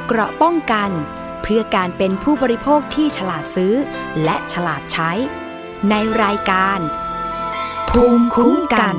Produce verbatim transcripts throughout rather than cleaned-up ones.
เกราะป้องกันเพื่อการเป็นผู้บริโภคที่ฉลาดซื้อและฉลาดใช้ในรายการภูมิคุ้มกัน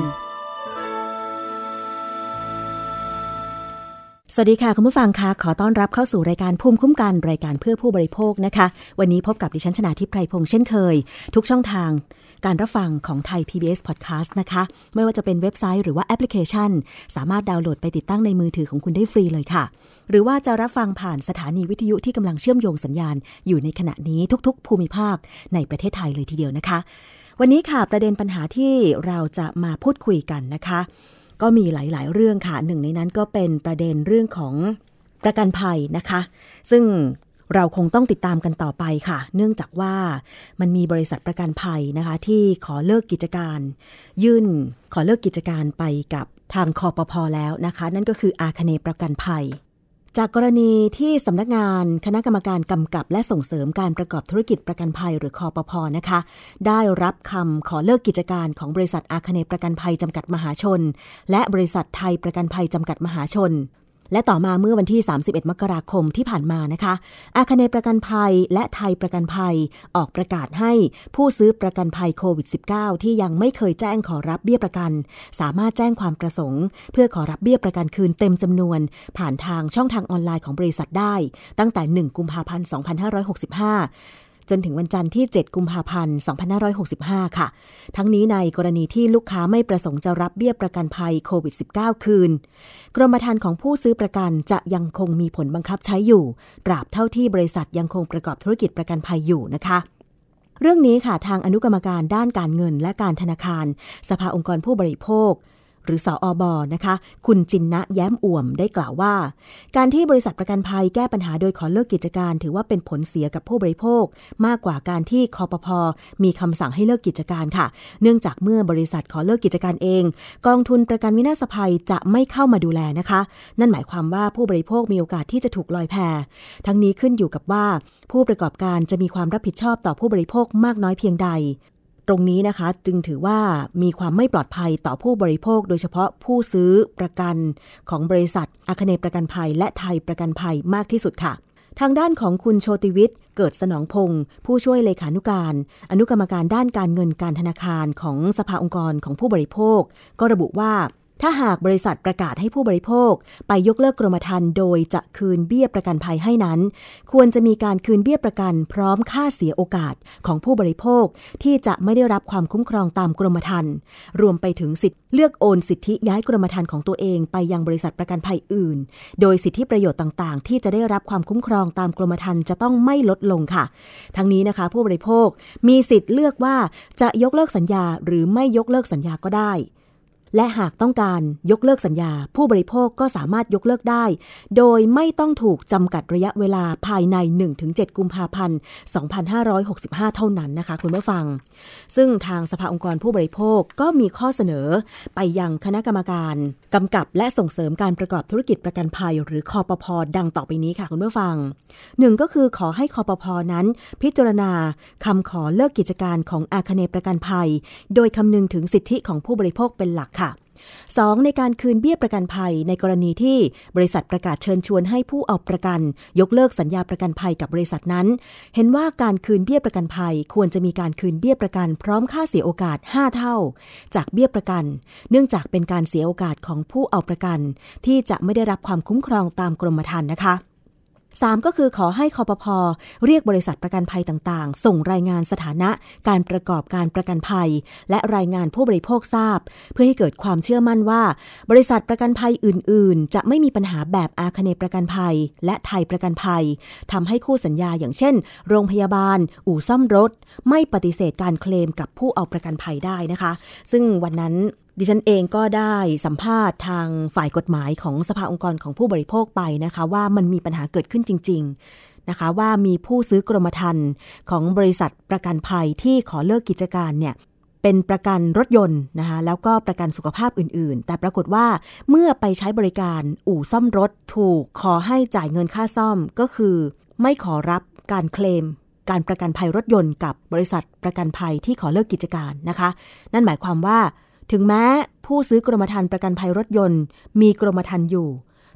สวัสดีค่ะคุณผู้ฟังคะขอต้อนรับเข้าสู่รายการภูมิคุ้มกันรายการเพื่อผู้บริโภคนะคะวันนี้พบกับดิฉันชนาทิพย์ไพรพงษ์เช่นเคยทุกช่องทางการรับฟังของไทย พี บี เอส Podcast นะคะไม่ว่าจะเป็นเว็บไซต์หรือว่าแอปพลิเคชันสามารถดาวน์โหลดไปติดตั้งในมือถือของคุณได้ฟรีเลยค่ะหรือว่าจะรับฟังผ่านสถานีวิทยุที่กำลังเชื่อมโยงสัญญาณอยู่ในขณะนี้ทุกๆภูมิภาคในประเทศไทยเลยทีเดียวนะคะวันนี้ค่ะประเด็นปัญหาที่เราจะมาพูดคุยกันนะคะก็มีหลายๆเรื่องค่ะหนึ่งในนั้นก็เป็นประเด็นเรื่องของประกันภัยนะคะซึ่งเราคงต้องติดตามกันต่อไปค่ะเนื่องจากว่ามันมีบริษัทประกันภัยนะคะที่ขอเลิกกิจการยื่นขอเลิกกิจการไปกับทางคปภ.แล้วนะคะนั่นก็คืออาคเนย์ประกันภัยจากกรณีที่สำนักงานคณะกรรมการกำกับและส่งเสริมการประกอบธุรกิจประกันภัยหรือคปภ.นะคะได้รับคำขอเลิกกิจการของบริษัทอาคเนย์ประกันภัยจำกัดมหาชนและบริษัทไทยประกันภัยจำกัดมหาชนและต่อมาเมื่อวันที่สามสิบเอ็ดมกราคมที่ผ่านมานะคะอาคเนย์ประกันภัยและไทยประกันภัยออกประกาศให้ผู้ซื้อประกันภัยโควิด สิบเก้า ที่ยังไม่เคยแจ้งขอรับเบี้ยประกันสามารถแจ้งความประสงค์เพื่อขอรับเบี้ยประกันคืนเต็มจำนวนผ่านทางช่องทางออนไลน์ของบริษัทได้ตั้งแต่หนึ่งกุมภาพันธ์สองพันห้าร้อยหกสิบห้าจนถึงวันจันทร์ที่เจ็ดกุมภาพันธ์สองพันห้าร้อยหกสิบห้าค่ะทั้งนี้ในกรณีที่ลูกค้าไม่ประสงค์จะรับเบี้ยประกันภัยโควิด สิบเก้า คืนกรมธรรม์ของผู้ซื้อประกันจะยังคงมีผลบังคับใช้อยู่ตราบเท่าที่บริษัทยังคงประกอบธุรกิจประกันภัยอยู่นะคะเรื่องนี้ค่ะทางอนุกรรมการด้านการเงินและการธนาคารสภาองค์กรผู้บริโภคหรือสอบ นะคะคุณจินนะแย้มอ่วมได้กล่าวว่าการที่บริษัทประกันภัยแก้ปัญหาโดยขอเลิกกิจการถือว่าเป็นผลเสียกับผู้บริโภคมากกว่าการที่คปภ.มีคำสั่งให้เลิกกิจการค่ะเนื่องจากเมื่อบริษัทขอเลิกกิจการเองกองทุนประกันวินาศภัยจะไม่เข้ามาดูแลนะคะนั่นหมายความว่าผู้บริโภคมีโอกาสที่จะถูกลอยแพทั้งนี้ขึ้นอยู่กับว่าผู้ประกอบการจะมีความรับผิดชอบต่อผู้บริโภคมากน้อยเพียงใดตรงนี้นะคะจึงถือว่ามีความไม่ปลอดภัยต่อผู้บริโภคโดยเฉพาะผู้ซื้อประกันของบริษัทอาคเนย์ประกันภัยและไทยประกันภัยมากที่สุดค่ะทางด้านของคุณโชติวิทย์เกิดสนองพงศ์ผู้ช่วยเลขานุการอนุกรรมการด้านการเงินการธนาคารของสภาองค์กรของผู้บริโภคก็ระบุว่าถ้าหากบริษัทประกาศให้ผู้บริโภคไปยกเลิกกรมธรรม์โดยจะคืนเบี้ยประกันภัยให้นั้นควรจะมีการคืนเบี้ยประกันพร้อมค่าเสียโอกาสของผู้บริโภคที่จะไม่ได้รับความคุ้มครองตามกรมธรรม์รวมไปถึงสิทธิเลือกโอนสิทธิย้ายกรมธรรม์ของตัวเองไปยังบริษัทประกันภัยอื่นโดยสิทธิประโยชน์ต่างๆที่จะได้รับความคุ้มครองตามกรมธรรม์จะต้องไม่ลดลงค่ะทั้งนี้นะคะผู้บริโภคมีสิทธิ์เลือกว่าจะยกเลิกสัญญาหรือไม่ยกเลิกสัญญาก็ได้และหากต้องการยกเลิกสัญญาผู้บริโภคก็สามารถยกเลิกได้โดยไม่ต้องถูกจำกัดระยะเวลาภายใน หนึ่งถึงเจ็ด กุมภาพันธ์ สองพันห้าร้อยหกสิบห้า เท่านั้นนะคะคุณผู้ฟังซึ่งทางสภาองค์กรผู้บริโภคก็มีข้อเสนอไปยังคณะกรรมการกำกับและส่งเสริมการประกอบธุรกิจประกันภัยหรือคปภ.ดังต่อไปนี้ค่ะคุณผู้ฟังหนึ่งก็คือขอให้คปภ.นั้นพิจารณาคำขอเลิกกิจการของอาคเนย์ประกันภัยโดยคำนึงถึงสิทธิของผู้บริโภคเป็นหลักค่ะสองในการคืนเบี้ยประกันภัยในกรณีที่บริษัทประกาศเชิญชวนให้ผู้เอาประกันยกเลิกสัญญาประกันภัยกับบริษัทนั้นเห็นว่าการคืนเบี้ยประกันภัยควรจะมีการคืนเบี้ยประกันพร้อมค่าเสียโอกาสห้าเท่าจากเบี้ยประกันเนื่องจากเป็นการเสียโอกาสของผู้เอาประกันที่จะไม่ได้รับความคุ้มครองตามกรมธรรม์นะคะสามก็คือขอให้คปภ.เรียกบริษัทประกันภัยต่างๆส่งรายงานสถานะการประกอบการประกันภัยและรายงานผู้บริโภคทราบเพื่อให้เกิดความเชื่อมั่นว่าบริษัทประกันภัยอื่นๆจะไม่มีปัญหาแบบอาคเนย์ประกันภัยและไทยประกันภัยทำให้คู่สัญญาอย่างเช่นโรงพยาบาลอู่ซ่อมรถไม่ปฏิเสธการเคลมกับผู้เอาประกันภัยได้นะคะซึ่งวันนั้นดิฉันเองก็ได้สัมภาษณ์ทางฝ่ายกฎหมายของสภาองค์กรของผู้บริโภคไปนะคะว่ามันมีปัญหาเกิดขึ้นจริงๆนะคะว่ามีผู้ซื้อกรมธรรม์ของบริษัทประกันภัยที่ขอเลิกกิจการเนี่ยเป็นประกันรถยนต์นะคะแล้วก็ประกันสุขภาพอื่นๆแต่ปรากฏว่าเมื่อไปใช้บริการอู่ซ่อมรถถูกขอให้จ่ายเงินค่าซ่อมก็คือไม่ขอรับการเคลมการประกันภัยรถยนต์กับบริษัทประกันภัยที่ขอเลิกกิจการนะคะนั่นหมายความว่าถึงแม้ผู้ซื้อกรมธรรม์ประกันภัยรถยนต์มีกรมธรรม์อยู่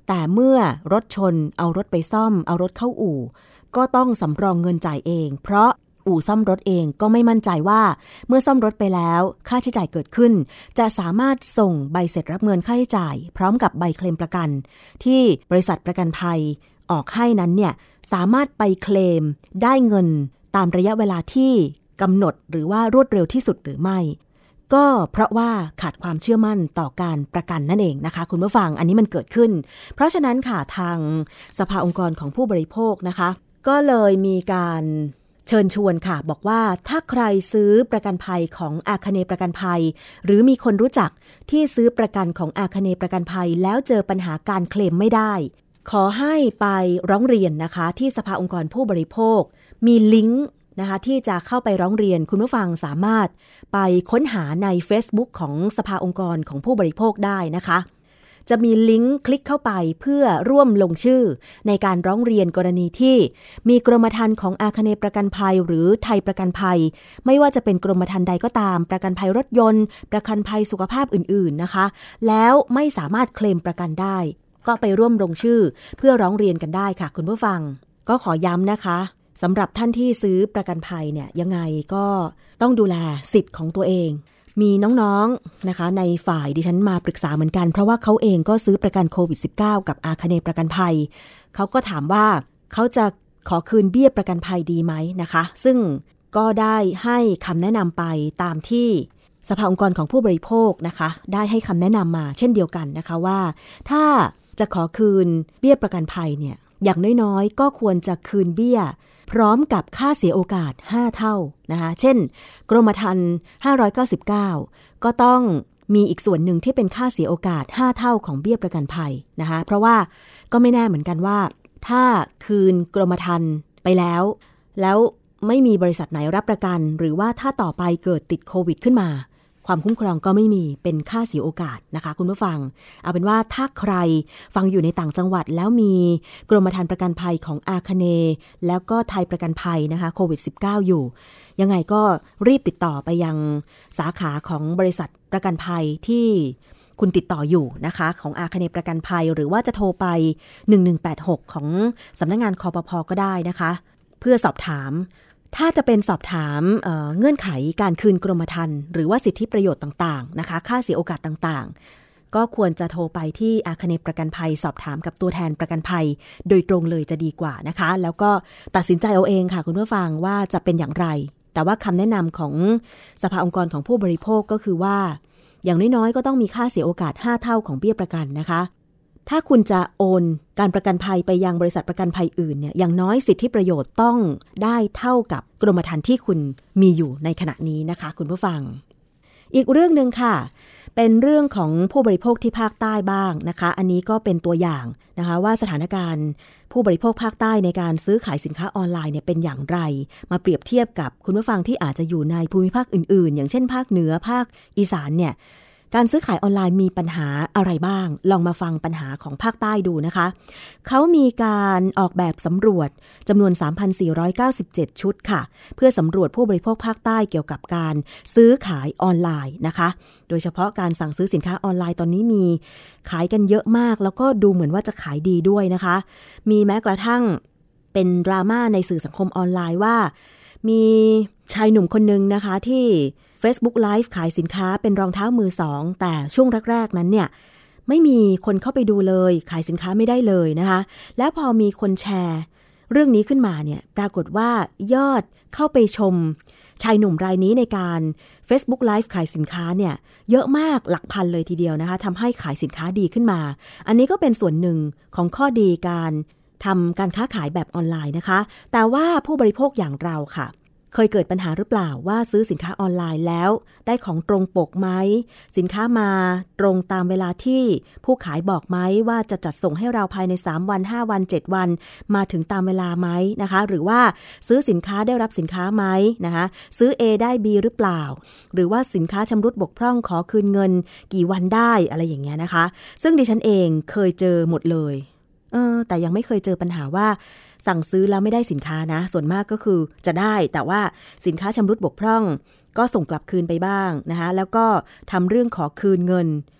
แต่เมื่อรถชนเอารถไปซ่อมเอารถเข้าอู่ก็ต้องสำรองเงินจ่ายเองเพราะอู่ซ่อมรถเองก็ไม่มั่นใจว่าเมื่อซ่อมรถไปแล้วค่าใช้จ่ายเกิดขึ้นจะสามารถส่งใบเสร็จรับเงินค่าใช้จ่ายพร้อมกับใบเคลมประกันที่บริษัทประกันภัยออกให้นั้นเนี่ยสามารถไปเคลมได้เงินตามระยะเวลาที่กำหนดหรือว่ารวดเร็วที่สุดหรือไม่ก็เพราะว่าขาดความเชื่อมั่นต่อการประกันนั่นเองนะคะคุณผู้ฟังอันนี้มันเกิดขึ้นเพราะฉะนั้นค่ะทางสภาองค์กรของผู้บริโภคนะคะก็เลยมีการเชิญชวนค่ะบอกว่าถ้าใครซื้อประกันภัยของอาคเนย์ประกันภัยหรือมีคนรู้จักที่ซื้อประกันของอาคเนย์ประกันภัยแล้วเจอปัญหาการเคลมไม่ได้ขอให้ไปร้องเรียนนะคะที่สภาองค์กรผู้บริโภคมีลิงก์นะคะที่จะเข้าไปร้องเรียนคุณผู้ฟังสามารถไปค้นหาใน Facebook ของสภาองค์กรของผู้บริโภคได้นะคะจะมีลิงก์คลิกเข้าไปเพื่อร่วมลงชื่อในการร้องเรียนกรณีที่มีกรมธรรม์ของอาคเนย์ประกันภัยหรือไทยประกันภัยไม่ว่าจะเป็นกรมธรรม์ใดก็ตามประกันภัยรถยนต์ประกันภัยสุขภาพอื่นๆนะคะแล้วไม่สามารถเคลมประกันได้ก็ไปร่วมลงชื่อเพื่อร้องเรียนกันได้ค่ะคุณผู้ฟังก็ขอย้ำนะคะสำหรับท่านที่ซื้อประกันภัยเนี่ยยังไงก็ต้องดูแลสิทธิ์ของตัวเองมีน้องๆนะคะในฝ่ายดิฉันมาปรึกษาเหมือนกันเพราะว่าเขาเองก็ซื้อประกันโควิด สิบเก้า กับอาคเนย์ประกันภัยเขาก็ถามว่าเขาจะขอคืนเบี้ยประกันภัยดีไหมนะคะซึ่งก็ได้ให้คำแนะนำไปตามที่สภาองค์กรของผู้บริโภคนะคะได้ให้คำแนะนำมาเช่นเดียวกันนะคะว่าถ้าจะขอคืนเบี้ยประกันภัยเนี่ยอย่างน้อยๆก็ควรจะคืนเบี้ยพร้อมกับค่าเสียโอกาสห้าเท่านะคะเช่นกรมธรรม์ห้าร้อยเก้าสิบเก้าก็ต้องมีอีกส่วนหนึ่งที่เป็นค่าเสียโอกาสห้าเท่าของเบี้ยประกันภัยนะคะเพราะว่าก็ไม่แน่เหมือนกันว่าถ้าคืนกรมธรรม์ไปแล้วแล้วไม่มีบริษัทไหนรับประกันหรือว่าถ้าต่อไปเกิดติดโควิดขึ้นมาความคุ้มครองก็ไม่มีเป็นค่าเสียโอกาสนะคะคุณผู้ฟังเอาเป็นว่าถ้าใครฟังอยู่ในต่างจังหวัดแล้วมีกรมธรรม์ประกันภัยของอาคเนย์แล้วก็ไทยประกันภัยนะคะโควิด สิบเก้า อยู่ยังไงก็รีบติดต่อไปยังสาขาของบริษัทประกันภัยที่คุณติดต่ออยู่นะคะของอาคเนย์ประกันภัยหรือว่าจะโทรไปหนึ่งหนึ่งแปดหกของสำนักงานคปภ.ก็ได้นะคะเพื่อสอบถามถ้าจะเป็นสอบถาม เอ่อ เงื่อนไขการคืนกรมธรรม์หรือว่าสิทธิประโยชน์ต่างๆนะคะค่าเสียโอกาสต่างๆก็ควรจะโทรไปที่อาคเนย์ประกันภัยสอบถามกับตัวแทนประกันภัยโดยตรงเลยจะดีกว่านะคะแล้วก็ตัดสินใจเอาเองค่ะคุณผู้ฟังว่าจะเป็นอย่างไรแต่ว่าคำแนะนำของสภาองค์กรของผู้บริโภคก็คือว่าอย่างน้อยๆก็ต้องมีค่าเสียโอกาสห้าเท่าของเบี้ยประกันนะคะถ้าคุณจะโอนการประกันภัยไปยังบริษัทประกันภัยอื่นเนี่ยอย่างน้อยสิทธิประโยชน์ต้องได้เท่ากับกรมธรรม์ที่คุณมีอยู่ในขณะนี้นะคะคุณผู้ฟังอีกเรื่องนึงค่ะเป็นเรื่องของผู้บริโภคที่ภาคใต้บ้างนะคะอันนี้ก็เป็นตัวอย่างนะคะว่าสถานการณ์ผู้บริโภคภาคใต้ในการซื้อขายสินค้าออนไลน์เนี่ยเป็นอย่างไรมาเปรียบเทียบกับคุณผู้ฟังที่อาจจะอยู่ในภูมิภาคอื่นๆอย่างเช่นภาคเหนือภาคอีสานเนี่ยการซื้อขายออนไลน์มีปัญหาอะไรบ้างลองมาฟังปัญหาของภาคใต้ดูนะคะเขามีการออกแบบสำรวจจำนวน สามพันสี่ร้อยเก้าสิบเจ็ด ชุดค่ะเพื่อสำรวจผู้บริโภคภาคใต้เกี่ยวกับการซื้อขายออนไลน์นะคะโดยเฉพาะการสั่งซื้อสินค้าออนไลน์ตอนนี้มีขายกันเยอะมากแล้วก็ดูเหมือนว่าจะขายดีด้วยนะคะมีแม้กระทั่งเป็นดราม่าในสื่อสังคมออนไลน์ว่ามีชายหนุ่มคนนึงนะคะที่ Facebook Live ขายสินค้าเป็นรองเท้ามือสองแต่ช่วงแรกๆนั้นเนี่ยไม่มีคนเข้าไปดูเลยขายสินค้าไม่ได้เลยนะคะแล้วพอมีคนแชร์เรื่องนี้ขึ้นมาเนี่ยปรากฏว่ายอดเข้าไปชมชายหนุ่มรายนี้ในการ Facebook Live ขายสินค้าเนี่ยเยอะมากหลักพันเลยทีเดียวนะคะทำให้ขายสินค้าดีขึ้นมาอันนี้ก็เป็นส่วนหนึ่งของข้อดีการทำการค้าขายแบบออนไลน์นะคะแต่ว่าผู้บริโภคอย่างเราค่ะเคยเกิดปัญหาหรือเปล่าว่าซื้อสินค้าออนไลน์แล้วได้ของตรงปกไหมสินค้ามาตรงตามเวลาที่ผู้ขายบอกไหมว่าจะจัดส่งให้เราภายในสามวันห้าวันเจ็ดวันมาถึงตามเวลาไหมนะคะหรือว่าซื้อสินค้าได้รับสินค้าไหมนะคะซื้อ A ได้ B หรือเปล่าหรือว่าสินค้าชำรุดบกพร่องขอคืนเงินกี่วันได้อะไรอย่างเงี้ยนะคะซึ่งดิฉันเองเคยเจอหมดเลยเออแต่ยังไม่เคยเจอปัญหาว่าสั่งซื้อแล้วไม่ได้สินค้านะส่วนมากก็คือจะได้แต่ว่าสินค้าชำรุดบกพร่องก็ส่งกลับคืนไปบ้างนะคะแล้วก็ทำเรื่องขอคืนเงิน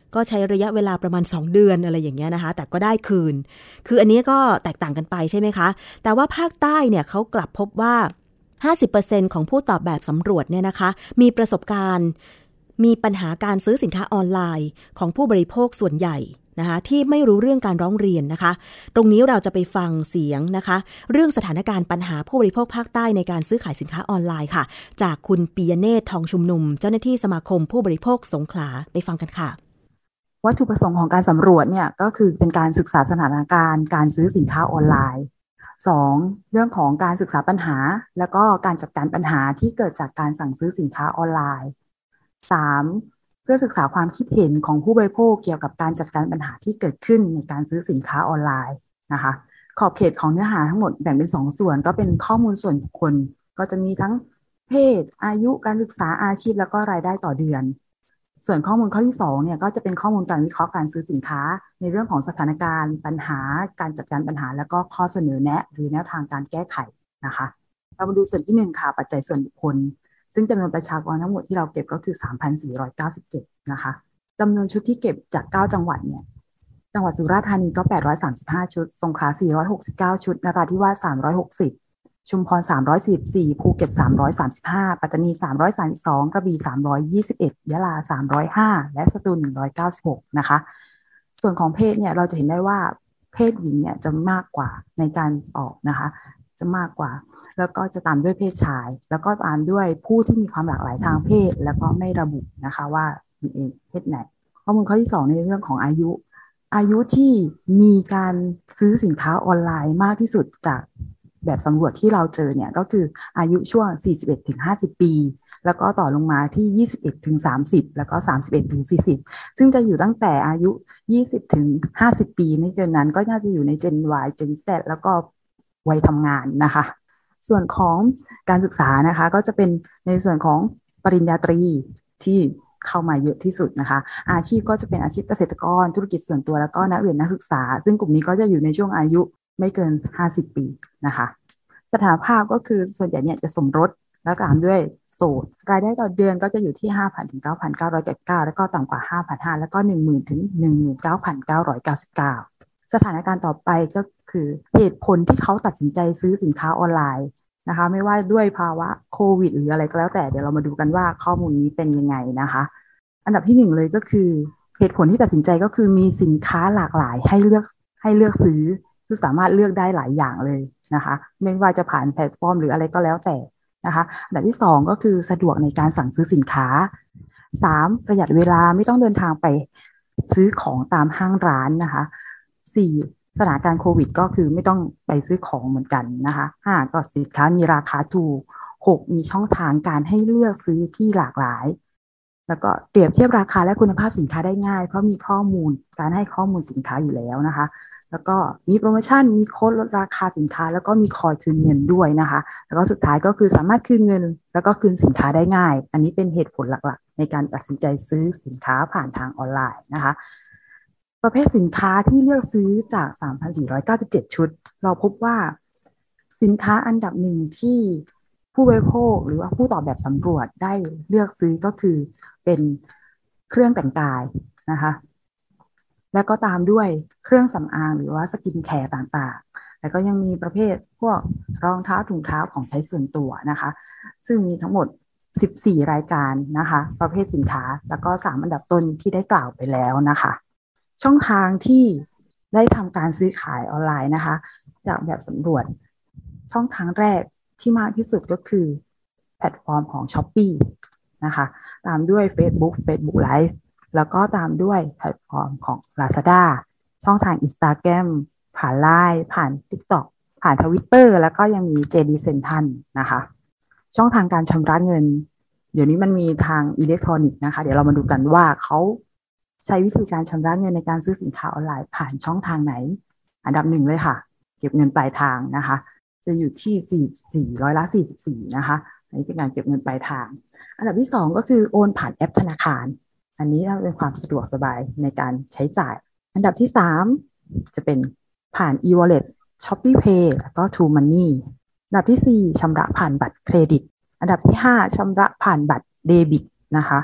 ก็ใช้ระยะเวลาประมาณสองเดือนอะไรอย่างเงี้ยนะคะแต่ก็ได้คืนคืออันนี้ก็แตกต่างกันไปใช่ไหมคะแต่ว่าภาคใต้เนี่ยเขากลับพบว่า ห้าสิบเปอร์เซ็นต์ ของผู้ตอบแบบสำรวจเนี่ยนะคะมีประสบการณ์มีปัญหาการซื้อสินค้าออนไลน์ของผู้บริโภคส่วนใหญ่นะคะที่ไม่รู้เรื่องการร้องเรียนนะคะตรงนี้เราจะไปฟังเสียงนะคะเรื่องสถานการณ์ปัญหาผู้บริโภคภาคใต้ในการซื้อขายสินค้าออนไลน์ค่ะจากคุณปียเนตรทองชุมนุมเจ้าหน้าที่สมาคมผู้บริโภคสงขลาไปฟังกันค่ะวัตถุประสงค์ของการสำรวจเนี่ยก็คือเป็นการศึกษาสถานการณ์การซื้อสินค้าออนไลน์สองเรื่องของการศึกษาปัญหาแล้วก็การจัดการปัญหาที่เกิดจากการสั่งซื้อสินค้าออนไลน์สามเพื่อศึกษาความคิดเห็นของผู้บริโภคเกี่ยวกับการจัดการปัญหาที่เกิดขึ้นในการซื้อสินค้าออนไลน์นะคะขอบเขตของเนื้อหาทั้งหมดแบ่งเป็นสองส่วนก็เป็นข้อมูลส่วนบุคคลก็จะมีทั้งเพศอายุการศึกษาอาชีพแล้วก็รายได้ต่อเดือนส่วนข้อมูลข้อที่สองเนี่ยก็จะเป็นข้อมูลการวิเคราะห์การซื้อสินค้าในเรื่องของสถานการณ์ปัญหาการจัดการปัญหาแล้วก็ข้อเสนอแนะหรือแนวทางการแก้ไขนะคะเรามาดูส่วนที่หนึ่งค่ะปัจจัยส่วนบุคคลซึ่งจำนวนประชากรทั้งหมดที่เราเก็บก็คือ สามพันสี่ร้อยเก้าสิบเจ็ด นะคะจำนวนชุดที่เก็บจากเก้าจังหวัดเนี่ยจังหวัดสุราษฎร์ธานีก็แปดร้อยสามสิบห้าชุดสงขลาสี่ร้อยหกสิบเก้าชุดนราธิวาสสามร้อยหกสิบชุมพรสามร้อยสี่สิบสี่ภูเก็ตสามร้อยสามสิบห้าปัตตานีสามร้อยสามสิบสองกระบี่สามร้อยยี่สิบเอ็ดยะลาสามร้อยห้าและสตูลหนึ่งร้อยเก้าสิบหกนะคะส่วนของเพศเนี่ยเราจะเห็นได้ว่าเพศหญิงเนี่ยจะมากกว่าในการออกนะคะจะมากกว่าแล้วก็จะตามด้วยเพศชายแล้วก็ตามด้วยผู้ที่มีความหลากหลายทางเพศแล้วก็ไม่ระบุนะคะว่าเป็นเองเพศไหนข้อมูลข้อที่สองในเรื่องของอายุอายุที่มีการซื้อสินค้าออนไลน์มากที่สุดจากแบบสำรวจที่เราเจอเนี่ยก็คืออายุช่วง สี่สิบเอ็ดถึงห้าสิบ ปีแล้วก็ต่อลงมาที่ ยี่สิบเอ็ดถึงสามสิบ แล้วก็ สามสิบเอ็ดถึงสี่สิบ ซึ่งจะอยู่ตั้งแต่อายุ ยี่สิบถึงห้าสิบ ปีไม่เกินนั้นก็น่าจะอยู่ใน Gen Y Gen Z แล้วก็วัยทำงานนะคะส่วนของการศึกษานะคะก็จะเป็นในส่วนของปริญญาตรีที่เข้ามาเยอะที่สุดนะคะอาชีพก็จะเป็นอาชีพเกษตรกรธุรกิจส่วนตัวแล้วก็นักเรียนนักศึกษาซึ่งกลุ่มนี้ก็จะอยู่ในช่วงอายุไม่เกินห้าสิบปีนะคะสถานภาพก็คือส่วนใหญ่เนี่ยจะสมรสแล้วตามด้วยโสดรายได้ต่อเดือนก็จะอยู่ที่ ห้าพัน ถึง เก้าพันเก้าร้อยเก้าสิบเก้า แล้วก็ต่ำกว่า ห้าพันห้าร้อย แล้วก็ หนึ่งหมื่น ถึง หนึ่งหมื่นเก้าพันเก้าร้อยเก้าสิบเก้า สถานการณ์ต่อไปก็คือเหตุผลที่เขาตัดสินใจซื้อสินค้าออนไลน์นะคะไม่ว่าด้วยภาวะโควิดหรืออะไรก็แล้วแต่เดี๋ยวเรามาดูกันว่าข้อมูลนี้เป็นยังไงนะคะอันดับที่หนึ่งเลยก็คือเหตุผลที่ตัดสินใจก็คือมีสินค้าหลากหลายให้เลือกให้เลือกซื้อคือสามารถเลือกได้หลายอย่างเลยนะคะไม่ว่าจะผ่านแพลตฟอร์มหรืออะไรก็แล้วแต่นะคะอันดับที่สองก็คือสะดวกในการสั่งซื้อสินค้าสามประหยัดเวลาไม่ต้องเดินทางไปซื้อของตามห้างร้านนะคะสี่สถานการณ์โควิดก็คือไม่ต้องไปซื้อของเหมือนกันนะคะห้าก็สินค้ามีราคาถูกหกมีช่องทางการให้เลือกซื้อที่หลากหลายแล้วก็เปรียบเทียบราคาและคุณภาพสินค้าได้ง่ายเพราะมีข้อมูลการให้ข้อมูลสินค้าอยู่แล้วนะคะแล้วก็มีโปรโมชั่นมีโค้ดลดราคาสินค้าแล้วก็มีคอยคืนเงินด้วยนะคะแล้วก็สุดท้ายก็คือสามารถคืนเงินแล้วก็คืนสินค้าได้ง่ายอันนี้เป็นเหตุผลหลักๆในการตัดสินใจซื้อสินค้าผ่านทางออนไลน์นะคะประเภทสินค้าที่เลือกซื้อจาก สามพันสี่ร้อยเก้าสิบเจ็ด ชุดเราพบว่าสินค้าอันดับหนึ่งที่ผู้บริโภคหรือว่าผู้ตอบแบบสำรวจได้เลือกซื้อก็คือเป็นเครื่องแต่งกายนะคะแล้วก็ตามด้วยเครื่องสำอางหรือว่าสกินแคร์ต่างๆแล้วก็ยังมีประเภทพวกรองเท้าถุงเท้าของใช้ส่วนตัวนะคะซึ่งมีทั้งหมดสิบสี่รายการนะคะประเภทสินค้าแล้วก็สามอันดับต้นที่ได้กล่าวไปแล้วนะคะช่องทางที่ได้ทำการซื้อขายออนไลน์นะคะจากแบบสำรวจช่องทางแรกที่มากที่สุดก็คือแพลตฟอร์มของ Shopee นะคะตามด้วย Facebook Facebook Live แล้วก็ตามด้วยแพลตฟอร์มของ Lazada ช่องทาง Instagram ผ่าน ไลน์ ผ่าน TikTok ผ่าน Twitter แล้วก็ยังมี เจ ดี Central นะคะช่องทางการชำระเงินเดี๋ยวนี้มันมีทางอิเล็กทรอนิกส์นะคะเดี๋ยวเรามาดูกันว่าเขาใช้วิธีการชำระเงินในการซื้อสินค้าออนไลน์ผ่านช่องทางไหนอันดับหนึ่งเลยค่ะเก็บเงินปลายทางนะคะจะอยู่ที่สี่สิบสี่ร้อยละสี่สิบสี่นะคะอันนี้เป็นการเก็บเงินปลายทางอันดับที่สองก็คือโอนผ่านแอปธนาคารอันนี้เป็นความสะดวกสบายในการใช้จ่ายอันดับที่สามจะเป็นผ่าน e-wallet Shopee Pay แล้วก็ True Money อันดับที่สี่ชำระผ่านบัตรเครดิตอันดับที่ห้าชำระผ่านบัตรเดบิตนะคะ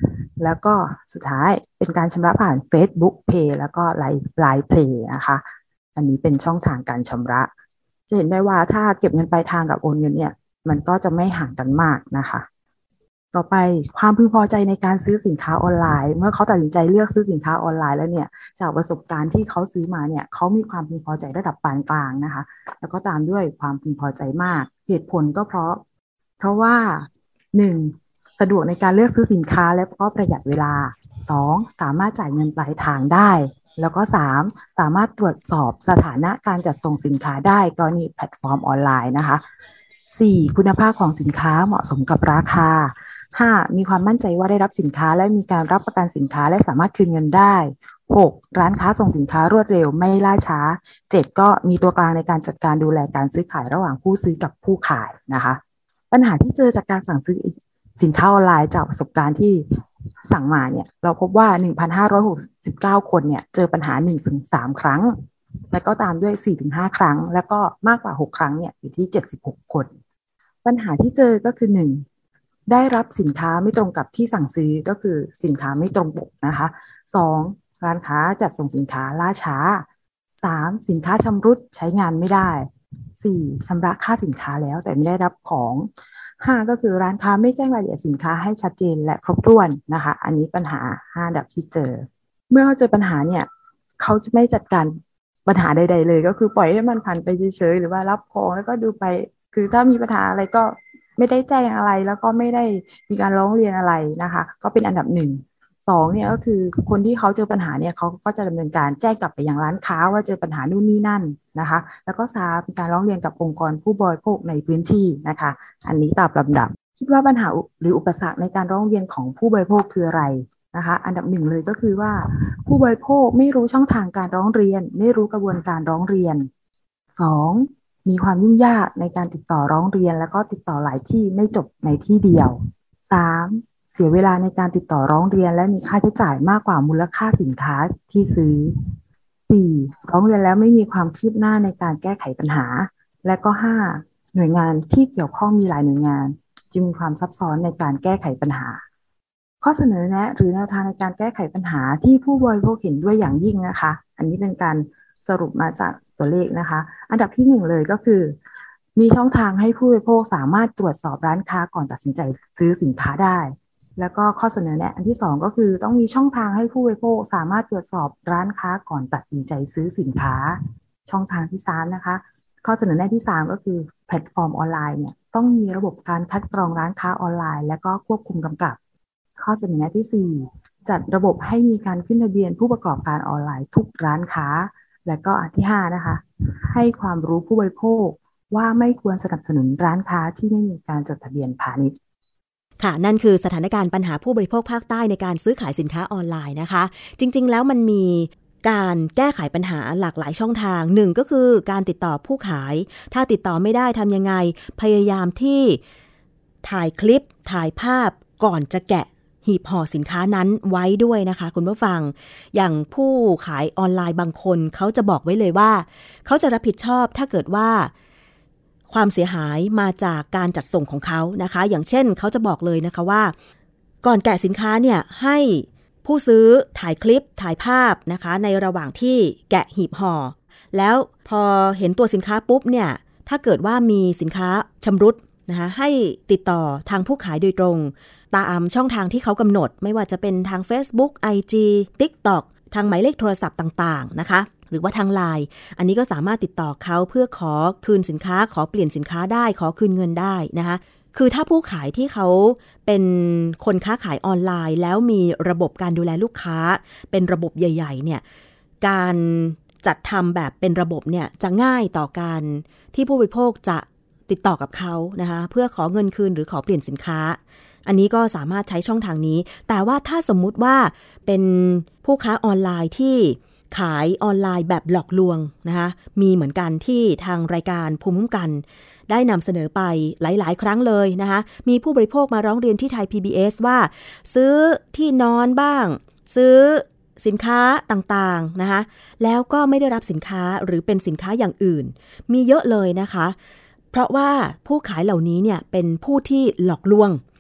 แล้วก็สุดท้ายเป็นการชำระผ่าน Facebook Pay แล้วก็ ไลน์ ไลน์ Pay นะคะอันนี้เป็นช่องทางการชำระจะเห็นได้ว่าถ้าเก็บเงินปลายทางกับโอนเงินเนี่ยมันก็จะไม่ห่างกันมากนะคะต่อไปความพึงพอใจในการซื้อสินค้าออนไลน์เมื่อเขาตัดสินใจเลือกซื้อสินค้าออนไลน์แล้วเนี่ยจากประสบการณ์ที่เขาซื้อมาเนี่ยเขามีความพึงพอใจระดับปานกลางนะคะแล้วก็ตามด้วยความพึงพอใจมากเหตุผลก็เพราะเพราะว่าหนึ่งสะดวกในการเลือกซื้อสินค้าและก็ประหยัดเวลาสองสามารถจ่ายเงินปลายทางได้แล้วก็สามสามารถตรวจสอบสถานะการจัดส่งสินค้าได้กรณีแพลตฟอร์มออนไลน์นะคะสี่คุณภาพของสินค้าเหมาะสมกับราคาห้ามีความมั่นใจว่าได้รับสินค้าและมีการรับประกันสินค้าและสามารถคืนเงินได้หกร้านค้าส่งสินค้ารวดเร็วไม่ล่าช้าเจ็ดก็มีตัวกลางในการจัดการดูแลการซื้อขายระหว่างผู้ซื้อกับผู้ขายนะคะปัญหาที่เจอจากการสั่งซื้อสินค้าออนไลน์จากประสบการณ์ที่สั่งมาเนี่ยเราพบว่า หนึ่งพันห้าร้อยหกสิบเก้า คนเนี่ยเจอปัญหา หนึ่งถึงสาม ครั้งแล้วก็ตามด้วย สี่ถึงห้า ครั้งแล้วก็มากกว่า หก ครั้งเนี่ยอยู่ที่เจ็ดสิบหกคนปัญหาที่เจอก็คือหนึ่งได้รับสินค้าไม่ตรงกับที่สั่งซื้อก็คือสินค้าไม่ตรงปกนะคะสองร้านค้าจัดส่งสินค้าล่าช้าสามสินค้าชำรุดใช้งานไม่ได้สี่ชำระค่าสินค้าแล้วแต่ไม่ได้รับของห้าก็คือร้านค้าไม่แจ้งรายละเอียดสินค้าให้ชัดเจนและครบถ้วนนะคะอันนี้ปัญหาห้าอันดับที่เจอเมื่อเขาเจอปัญหาเนี่ยเขาจะไม่จัดการปัญหาใดๆเลยก็คือปล่อยให้มันผ่านไปเฉยๆหรือว่ารับของแล้วก็ดูไปคือถ้ามีปัญหาอะไรก็ไม่ได้แจ้งอะไรแล้วก็ไม่ได้มีการร้องเรียนอะไรนะคะก็เป็นอันดับหนึ่งสองเนี่ยก็คือคนที่เขาเจอปัญหาเนี่ยเขาก็จะดำเนินการแจ้งกลับไปยังร้านค้าว่าเจอปัญหานู่นนี่นั่นนะคะแล้วก็สามเป็นการร้องเรียนกับองค์กรผู้บริโภคในพื้นที่นะคะอันนี้ตามลำดับคิดว่าปัญหาหรืออุปสรรคในการร้องเรียนของผู้บริโภคคืออะไรนะคะอันดับหนึ่งเลยก็คือว่าผู้บริโภคไม่รู้ช่องทางการร้องเรียนไม่รู้กระบวนการร้องเรียนสองมีความยุ่งยากในการติดต่อร้องเรียนแล้วก็ติดต่อหลายที่ไม่จบในที่เดียวสามเสียเวลาในการติดต่อร้องเรียนและมีค่าใช้จ่ายมากกว่ามูลค่าสินค้าที่ซื้อสี่ร้องเรียนแล้วไม่มีความคืบหน้าในการแก้ไขปัญหาและก็ห้าหน่วยงานที่เกี่ยวข้องมีหลายหน่วยงานจึงมีความซับซ้อนในการแก้ไขปัญหาข้อเสนอแนะหรือแนวทางในการแก้ไขปัญหาที่ผู้บริโภคเห็นด้วยอย่างยิ่งนะคะอันนี้เป็นการสรุปมาจากตัวเลขนะคะอันดับที่หนึ่งเลยก็คือมีช่องทางให้ผู้บริโภคสามารถตรวจสอบร้านค้าก่อนตัดสินใจซื้อสินค้าได้แล้วก็ข้อเสนอแนะอันที่สองก็คือต้องมีช่องทางให้ผู้บริโภคสามารถตรวจสอบร้านค้าก่อนตัดสินใจซื้อสินค้าช่องทางที่สามนะคะข้อเสนอแนะที่สามก็คือแพลตฟอร์มออนไลน์เนี่ยต้องมีระบบการคัดกรองร้านค้าออนไลน์และก็ควบคุมกำกับข้อเสนอแนะที่สี่จัดระบบให้มีการขึ้นทะเบียนผู้ประกอบการออนไลน์ทุกร้านค้าและก็อันที่ห้านะคะให้ความรู้ผู้บริโภคว่าไม่ควรสนับสนุนร้านค้าที่ไม่มีการจดทะเบียนพาณิชย์ค่ะนั่นคือสถานการณ์ปัญหาผู้บริโภคภาคใต้ในการซื้อขายสินค้าออนไลน์นะคะจริงๆแล้วมันมีการแก้ไขปัญหาหลากหลายช่องทางหนึ่งก็คือการติดต่อผู้ขายถ้าติดต่อไม่ได้ทำยังไงพยายามที่ถ่ายคลิปถ่ายภาพก่อนจะแกะหีบห่อสินค้านั้นไว้ด้วยนะคะคุณผู้ฟังอย่างผู้ขายออนไลน์บางคนเขาจะบอกไว้เลยว่าเขาจะรับผิดชอบถ้าเกิดว่าความเสียหายมาจากการจัดส่งของเขานะคะอย่างเช่นเขาจะบอกเลยนะคะว่าก่อนแกะสินค้าเนี่ยให้ผู้ซื้อถ่ายคลิปถ่ายภาพนะคะในระหว่างที่แกะหีบห่อแล้วพอเห็นตัวสินค้าปุ๊บเนี่ยถ้าเกิดว่ามีสินค้าชำรุดนะคะให้ติดต่อทางผู้ขายโดยตรงตามช่องทางที่เขากำหนดไม่ว่าจะเป็นทาง Facebook ไอ จี TikTok ทางหมายเลขโทรศัพท์ต่างๆนะคะหรือว่าทาง ไลน์ อันนี้ก็สามารถติดต่อเขาเพื่อขอคืนสินค้าขอเปลี่ยนสินค้าได้ขอคืนเงินได้นะคะคือถ้าผู้ขายที่เขาเป็นคนค้าขายออนไลน์แล้วมีระบบการดูแลลูกค้าเป็นระบบใหญ่ๆเนี่ยการจัดทำแบบเป็นระบบเนี่ยจะง่ายต่อการที่ผู้บริโภคจะติดต่อกับเขานะคะเพื่อขอเงินคืนหรือขอเปลี่ยนสินค้าอันนี้ก็สามารถใช้ช่องทางนี้แต่ว่าถ้าสมมุติว่าเป็นผู้ค้าออนไลน์ที่ขายออนไลน์แบบหลอกลวงนะคะมีเหมือนกันที่ทางรายการภูมิคุ้มกันได้นำเสนอไปหลายๆครั้งเลยนะคะมีผู้บริโภคมาร้องเรียนที่ไทย พี บี เอส ว่าซื้อที่นอนบ้างซื้อสินค้าต่างๆนะคะแล้วก็ไม่ได้รับสินค้าหรือเป็นสินค้าอย่างอื่นมีเยอะเลยนะคะเพราะว่าผู้ขายเหล่านี้เนี่ยเป็นผู้ที่หลอกลวง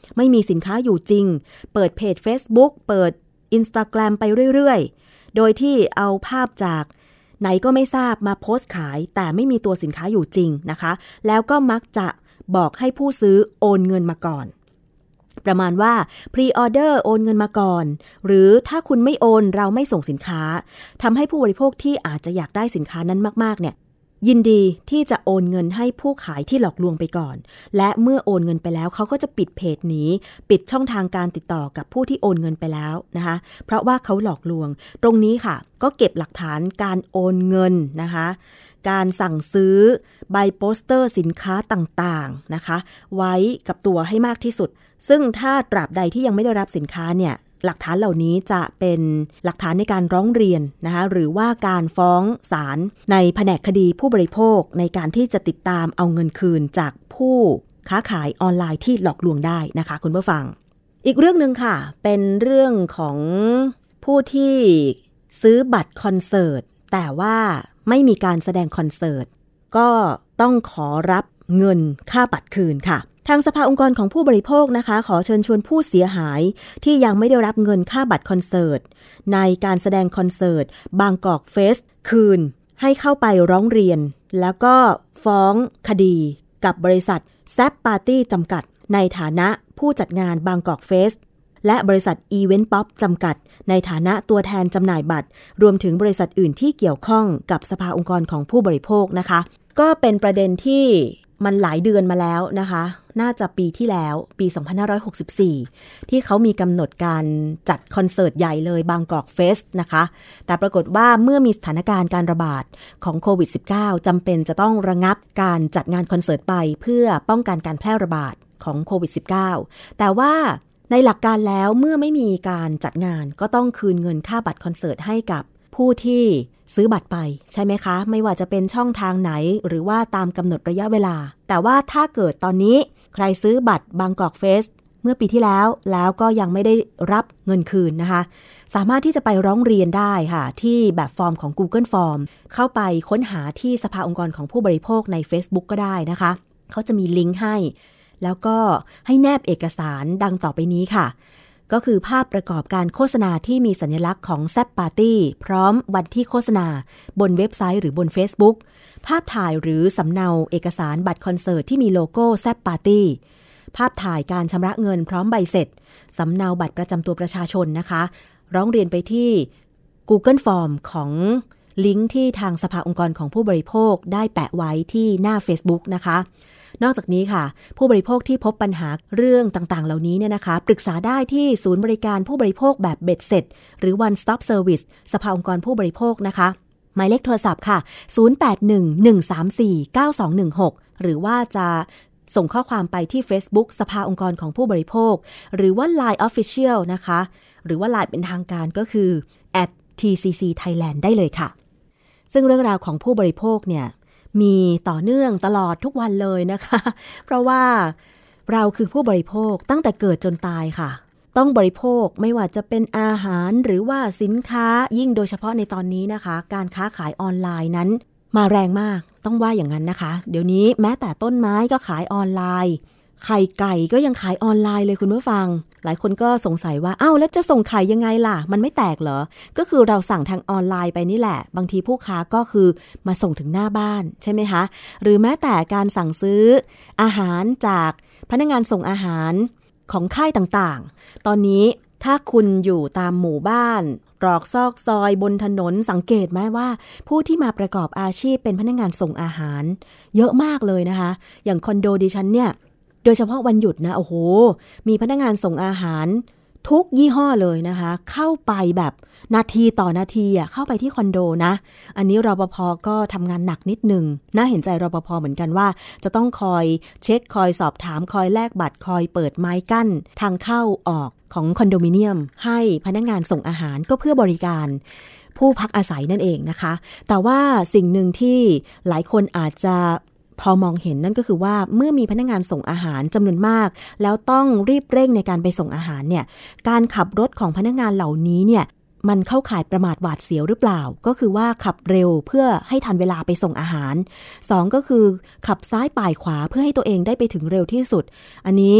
ไม่มีสินค้าอยู่จริงเปิดเพจ Facebook เปิด Instagram ไปเรื่อยๆโดยที่เอาภาพจากไหนก็ไม่ทราบมาโพสต์ขายแต่ไม่มีตัวสินค้าอยู่จริงนะคะแล้วก็มักจะบอกให้ผู้ซื้อโอนเงินมาก่อนประมาณว่าพรีออเดอร์โอนเงินมาก่อนหรือถ้าคุณไม่โอนเราไม่ส่งสินค้าทำให้ผู้บริโภคที่อาจจะอยากได้สินค้านั้นมากๆเนี่ยยินดีที่จะโอนเงินให้ผู้ขายที่หลอกลวงไปก่อนและเมื่อโอนเงินไปแล้วเขาก็จะปิดเพจนี้ปิดช่องทางการติดต่อกับผู้ที่โอนเงินไปแล้วนะคะเพราะว่าเขาหลอกลวงตรงนี้ค่ะก็เก็บหลักฐานการโอนเงินนะคะการสั่งซื้อใบโปสเตอร์สินค้าต่างๆนะคะไว้กับตัวให้มากที่สุดซึ่งถ้าตราบใดที่ยังไม่ได้รับสินค้าเนี่ยหลักฐานเหล่านี้จะเป็นหลักฐานในการร้องเรียนนะคะหรือว่าการฟ้องศาลในแผนกคดีผู้บริโภคในการที่จะติดตามเอาเงินคืนจากผู้ค้าขายออนไลน์ที่หลอกลวงได้นะคะคุณผู้ฟังอีกเรื่องนึงค่ะเป็นเรื่องของผู้ที่ซื้อบัตรคอนเสิร์ตแต่ว่าไม่มีการแสดงคอนเสิร์ตก็ต้องขอรับเงินค่าบัตรคืนค่ะทางสภาองค์กรของผู้บริโภคนะคะขอเชิญชวนผู้เสียหายที่ยังไม่ได้รับเงินค่าบัตรคอนเสิร์ตในการแสดงคอนเสิร์ตบางกอกเฟสคืนให้เข้าไปร้องเรียนแล้วก็ฟ้องคดีกับบริษัทแซปปาร์ตี้จำกัดในฐานะผู้จัดงานบางกอกเฟสและบริษัทอีเวนต์ป๊อปจำกัดในฐานะตัวแทนจำหน่ายบัตรรวมถึงบริษัทอื่นที่เกี่ยวข้องกับสภาองค์กรของผู้บริโภคนะคะก็เป็นประเด็นที่มันหลายเดือนมาแล้วนะคะน่าจะปีที่แล้วปีสองพันห้าร้อยหกสิบสี่ที่เขามีกำหนดการจัดคอนเสิร์ตใหญ่เลยบางกอกเฟสนะคะแต่ปรากฏว่าเมื่อมีสถานการณ์การระบาดของโควิด สิบเก้า จำเป็นจะต้องระงับการจัดงานคอนเสิร์ตไปเพื่อป้องกันการแพร่ระบาดของโควิด สิบเก้า แต่ว่าในหลักการแล้วเมื่อไม่มีการจัดงานก็ต้องคืนเงินค่าบัตรคอนเสิร์ตให้กับผู้ที่ซื้อบัตรไปใช่ไหมคะไม่ว่าจะเป็นช่องทางไหนหรือว่าตามกำหนดระยะเวลาแต่ว่าถ้าเกิดตอนนี้ใครซื้อบัตรบางกอกเฟสเมื่อปีที่แล้วแล้วก็ยังไม่ได้รับเงินคืนนะคะสามารถที่จะไปร้องเรียนได้ค่ะที่แบบฟอร์มของ Google Form เข้าไปค้นหาที่สภาองค์กรของผู้บริโภคใน Facebook ก็ได้นะคะเขาจะมีลิงก์ให้แล้วก็ให้แนบเอกสารดังต่อไปนี้ค่ะก็คือภาพประกอบการโฆษณาที่มีสัญลักษณ์ของแซปปาร์ตี้พร้อมวันที่โฆษณาบนเว็บไซต์หรือบน Facebook ภาพถ่ายหรือสำเนาเอกสารบัตรคอนเสิร์ตที่มีโลโก้แซปปาร์ตี้ภาพถ่ายการชำระเงินพร้อมใบเสร็จสำเนาบัตรประจำตัวประชาชนนะคะร้องเรียนไปที่ Google Form ของลิงก์ที่ทางสภาองค์กรของผู้บริโภคได้แปะไว้ที่หน้า Facebook นะคะนอกจากนี้ค่ะผู้บริโภคที่พบปัญหาเรื่องต่างๆเหล่านี้เนี่ยนะคะปรึกษาได้ที่ศูนย์บริการผู้บริโภคแบบเบ็ดเสร็จหรือ One Stop Service สภาองค์กรผู้บริโภคนะคะหมายเลขโทรศัพท์ค่ะศูนย์ แปด หนึ่ง หนึ่ง สาม สี่ เก้า สอง หนึ่ง หกหรือว่าจะส่งข้อความไปที่ Facebook สภาองค์กรของผู้บริโภคหรือว่า ไลน์ Official นะคะหรือว่า ไลน์ เป็นทางการก็คือ แอท ที ซี ซี ไทยแลนด์ ได้เลยค่ะซึ่งเรื่องราวของผู้บริโภคเนี่ยมีต่อเนื่องตลอดทุกวันเลยนะคะเพราะว่าเราคือผู้บริโภคตั้งแต่เกิดจนตายค่ะต้องบริโภคไม่ว่าจะเป็นอาหารหรือว่าสินค้ายิ่งโดยเฉพาะในตอนนี้นะคะการค้าขายออนไลน์นั้นมาแรงมากต้องว่าอย่างนั้นนะคะเดี๋ยวนี้แม้แต่ต้นไม้ก็ขายออนไลน์ไข่ไก่ก็ยังขายออนไลน์เลยคุณผู้ฟังหลายคนก็สงสัยว่าอ้าวแล้วจะส่งไข่ยังไงล่ะมันไม่แตกเหรอก็คือเราสั่งทางออนไลน์ไปนี่แหละบางทีผู้ค้าก็คือมาส่งถึงหน้าบ้านใช่ไหมคะหรือแม้แต่การสั่งซื้ออาหารจากพนักงานส่งอาหารของค่ายต่างๆตอนนี้ถ้าคุณอยู่ตามหมู่บ้านตรอกซอกซอยบนถนนสังเกตไหมว่าผู้ที่มาประกอบอาชีพเป็นพนักงานส่งอาหารเยอะมากเลยนะคะอย่างคอนโดดิฉันเนี่ยโดยเฉพาะวันหยุดนะโอ้โหมีพนักงานส่งอาหารทุกยี่ห้อเลยนะคะเข้าไปแบบนาทีต่อนาทีอ่ะเข้าไปที่คอนโดนะอันนี้รปภ.ก็ทำงานหนักนิดนึงน่าเห็นใจรปภ.เหมือนกันว่าจะต้องคอยเช็คคอยสอบถามคอยแลกบัตรคอยเปิดไม้กั้นทางเข้าออกของคอนโดมิเนียมให้พนักงานส่งอาหารก็เพื่อบริการผู้พักอาศัยนั่นเองนะคะแต่ว่าสิ่งหนึ่งที่หลายคนอาจจะพอมองเห็นนั่นก็คือว่าเมื่อมีพนักงานส่งอาหารจำนวนมากแล้วต้องรีบเร่งในการไปส่งอาหารเนี่ยการขับรถของพนักงานเหล่านี้เนี่ยมันเข้าข่ายประมาทหวาดเสียวหรือเปล่าก็คือว่าขับเร็วเพื่อให้ทันเวลาไปส่งอาหารสองก็คือขับซ้ายป่ายขวาเพื่อให้ตัวเองได้ไปถึงเร็วที่สุดอันนี้